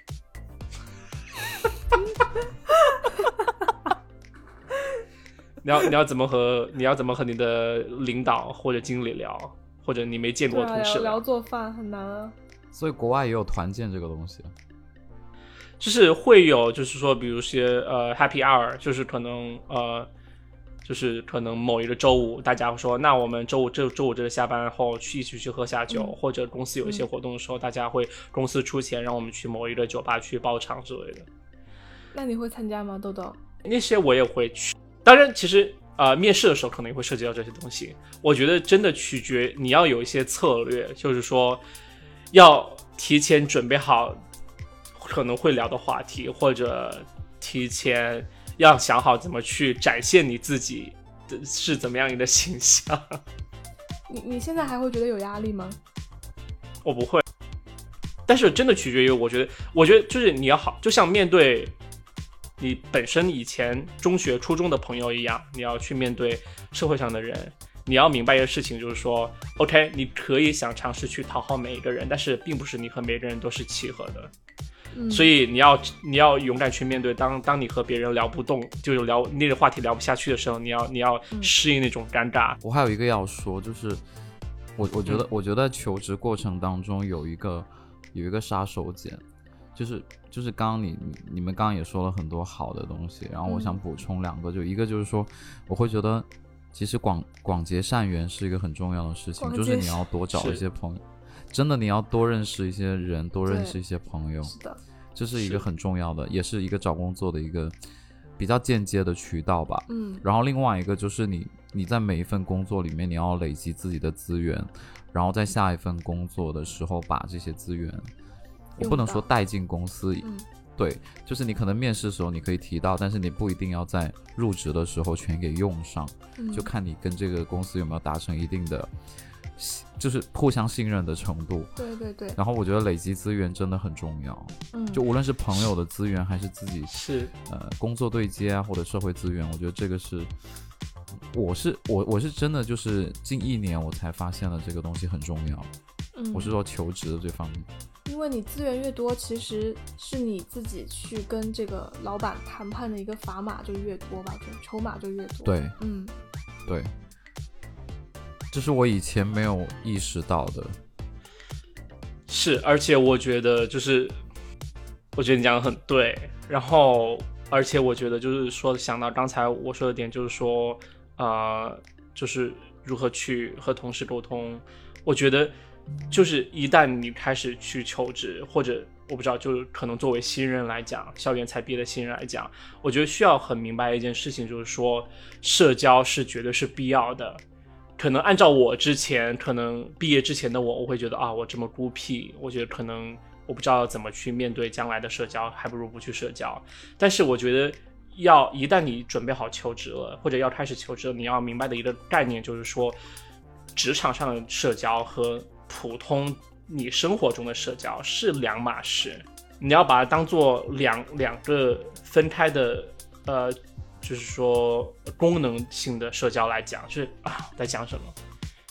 你要你要怎么和你要怎么和你的领导或者经理聊，或者你没见过的同事聊？ 聊聊做饭很难啊。 所以国外也有团建这个东西， 就是会有，就是说，比如些呃 Happy Hour， 就是可能呃。就是可能某一个周五，大家说，那我们周五这周五这个下班后去一起去喝下酒，嗯、或者公司有一些活动的时候，嗯、大家会公司出钱让我们去某一个酒吧去包场之类的。 那你会参加吗，豆豆？ 那些我也会去。当然，其实呃面试的时候可能也会涉及到这些东西。我觉得真的取决你要有一些策略，就是说要提前准备好可能会聊的话题，或者提前。要想好怎么去展现你自己的是怎么样一个形象。 你你现在还会觉得有压力吗？ 我不会，但是真的取决于，我觉得，我觉得就是你要好，就像面对你本身以前中学、初中的朋友一样，你要去面对社会上的人。你要明白一个事情，就是说 ，OK， 你可以想尝试去讨好每一个人，但是并不是你和每个人都是契合的。 嗯、 所以你要你要勇敢去面对，当当你和别人聊不动，就是聊那个话题聊不下去的时候，你要你要适应那种尴尬。 我还有一个要说，就是我我觉得、 嗯、 我觉得求职过程当中有一个有一个杀手锏，就是就是刚刚你你们刚刚也说了很多好的东西，然后我想补充两个，嗯、就一个就是说，我会觉得其实广广结善缘是一个很重要的事情，就是你要多找一些朋友。真的你要多认识一些人，多认识一些朋友， 是的， 这是一个很重要的，也是一个找工作的一个比较间接的渠道吧。 嗯， 然后另外一个就是你你在每一份工作里面你要累积自己的资源，然后在下一份工作的时候把这些资源，我不能说带进公司， 嗯、 对，就是你可能面试的时候你可以提到，但是你不一定要在入职的时候全给用上， 嗯、 就看你跟这个公司有没有达成一定的。就是互相信任的程度， 对对对。 然后我觉得累积资源真的很重要， 嗯， 就无论是朋友的资源还是自己是呃工作对接啊或者社会资源，我觉得这个是，我是我我是真的就是近一年我才发现了这个东西很重要。 嗯， 我是说求职的这方面， 因为你资源越多，其实是你自己去跟这个老板谈判的一个砝码就越多吧，就筹码就越多。 对， 嗯， 对。这是我以前没有意识到的， 是，而且我觉得就是，我觉得你讲的很对，然后，而且我觉得就是说，想到刚才我说的点，就是说，呃，就是如何去和同事沟通，我觉得就是一旦你开始去求职，或者我不知道，就是可能作为新人来讲，校园才毕业的新人来讲，我觉得需要很明白一件事情，就是说，社交是绝对是必要的。可能按照我之前可能毕业之前的我，我会觉得啊，我这么孤僻，我觉得可能我不知道怎么去面对将来的社交，还不如不去社交。但是我觉得要一旦你准备好求职了，或者要开始求职了，你要明白的一个概念就是说，职场上的社交和普通你生活中的社交是两码事，你要把它当做两两个分开的呃。就是说功能性的社交来讲，就是啊，在讲什么？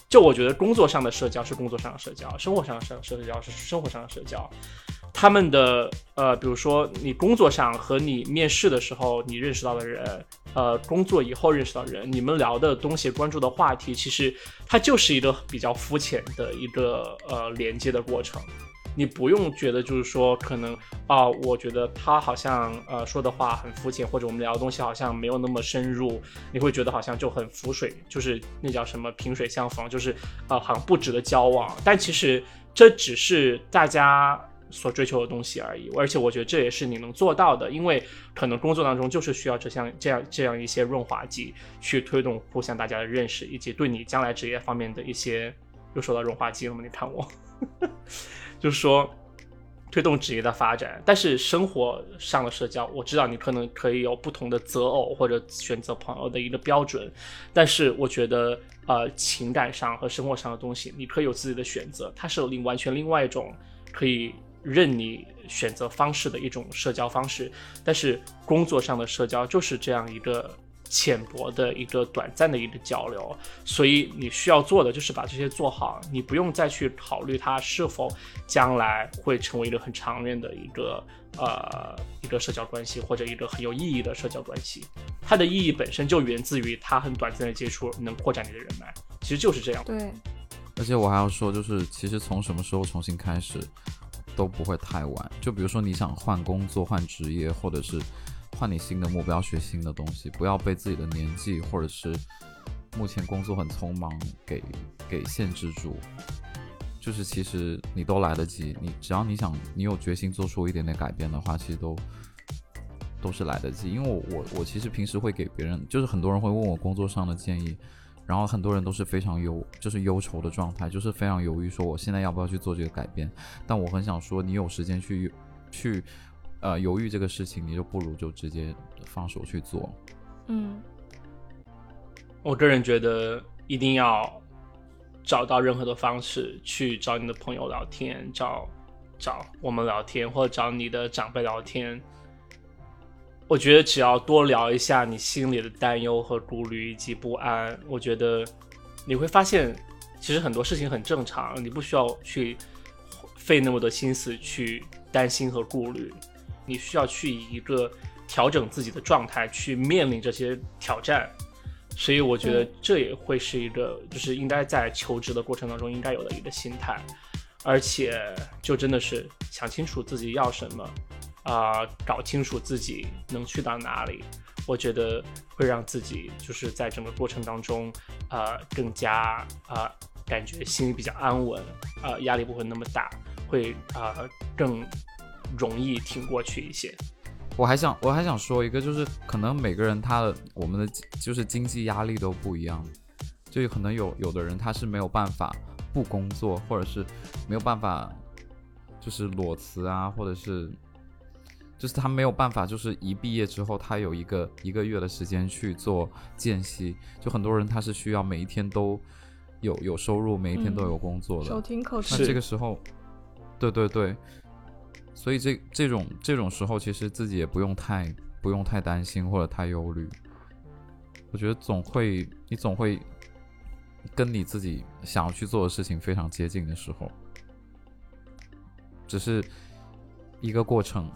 就我觉得工作上的社交是工作上的社交，生活上的社交是生活上的社交。他们的呃，比如说你工作上和你面试的时候你认识到的人，呃，工作以后认识到的人，你们聊的东西、关注的话题，其实它就是一个比较肤浅的一个呃连接的过程。你不用觉得就是说可能啊、呃，我觉得他好像呃说的话很肤浅，或者我们聊的东西好像没有那么深入，你会觉得好像就很浮水，就是那叫什么萍水相逢，就是呃好像不值得交往。但其实这只是大家所追求的东西而已，而且我觉得这也是你能做到的，因为可能工作当中就是需要这样这样这样一些润滑剂去推动互相大家的认识，以及对你将来职业方面的一些，又说到润滑剂了吗？你看我就是说推动职业的发展。但是生活上的社交，我知道你可能可以有不同的择偶或者选择朋友的一个标准，但是我觉得呃，情感上和生活上的东西你可以有自己的选择，它是有另完全另外一种可以任你选择方式的一种社交方式。但是工作上的社交就是这样一个浅薄的一个短暂的一个交流，所以你需要做的就是把这些做好，你不用再去考虑它是否将来会成为一个很长远的一个呃一个社交关系，或者一个很有意义的社交关系。它的意义本身就源自于它很短暂的接触能扩展你的人脉，其实就是这样。 对， 而且我还要说，就是其实从什么时候重新开始都不会太晚。就比如说你想换工作、换职业，或者是换你新的目标、学新的东西，不要被自己的年纪或者是目前工作很匆忙给给限制住。就是其实你都来得及，你只要你想，你有决心做出一点点改变的话，其实都都是来得及。因为我我我其实平时会给别人，就是很多人会问我工作上的建议，然后很多人都是非常忧，就是忧愁的状态，就是非常犹豫说我现在要不要去做这个改变。但我很想说，你有时间去去呃犹豫这个事情，你就不如就直接放手去做。 嗯， 我个人觉得一定要找到任何的方式去找你的朋友聊天，找找我们聊天，或者找你的长辈聊天。我觉得只要多聊一下你心里的担忧和顾虑以及不安，我觉得你会发现其实很多事情很正常，你不需要去费那么多心思去担心和顾虑，你需要去以一个调整自己的状态去面临这些挑战。所以我觉得这也会是一个就是应该在求职的过程当中应该有的一个心态，而且就真的是想清楚自己要什么啊、呃，搞清楚自己能去到哪里，我觉得会让自己就是在整个过程当中呃更加呃感觉心里比较安稳，呃压力不会那么大，会呃更容易挺过去一些。 我还想我还想说一个，就是可能每个人他的我们的就是经济压力都不一样，就可能有有的人他是没有办法不工作，或者是没有办法就是裸辞啊，或者是就是他没有办法就是一毕业之后他有一个一个月的时间去做间隙，就很多人他是需要每一天都有有收入，每一天都有工作的， 手停口停。 那这个时候对对对，所以这这种这种时候，其实自己也不用太不用太担心或者太忧虑。我觉得总会你总会跟你自己想要去做的事情非常接近的时候，只是一个过程。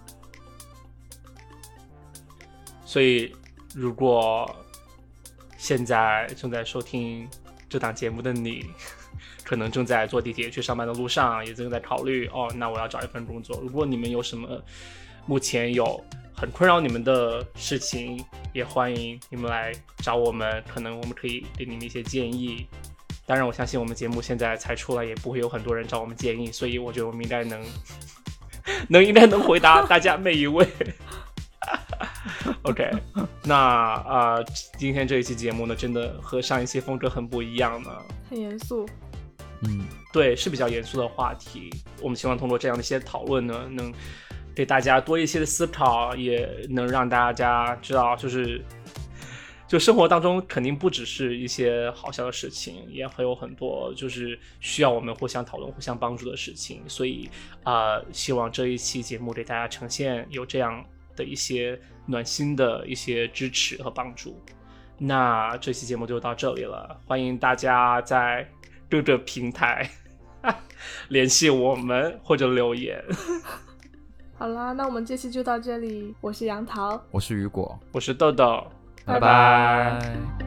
所以，如果现在正在收听这档节目的你，可能正在坐地铁去上班的路上，也正在考虑哦，那我要找一份工作。如果你们有什么目前有很困扰你们的事情，也欢迎你们来找我们，可能我们可以给你们一些建议。当然我相信我们节目现在才出来，也不会有很多人找我们建议，所以我觉得我们应该能能应该能回答大家每一位。OK， 那呃，今天这一期节目呢，真的和上一期风格很不一样呢， 很严肃。 嗯， 对，是比较严肃的话题。我们希望通过这样的一些讨论呢，能给大家多一些的思考，也能让大家知道，就是就生活当中肯定不只是一些好笑的事情，也会有很多就是需要我们互相讨论、互相帮助的事情。所以啊、呃，希望这一期节目给大家呈现有这样的一些暖心的一些支持和帮助。那这期节目就到这里了，欢迎大家在各个平台联系我们或者留言。 好啦，那我们这期就到这里。我是杨桃， 我是雨果， 我是豆豆， 拜拜。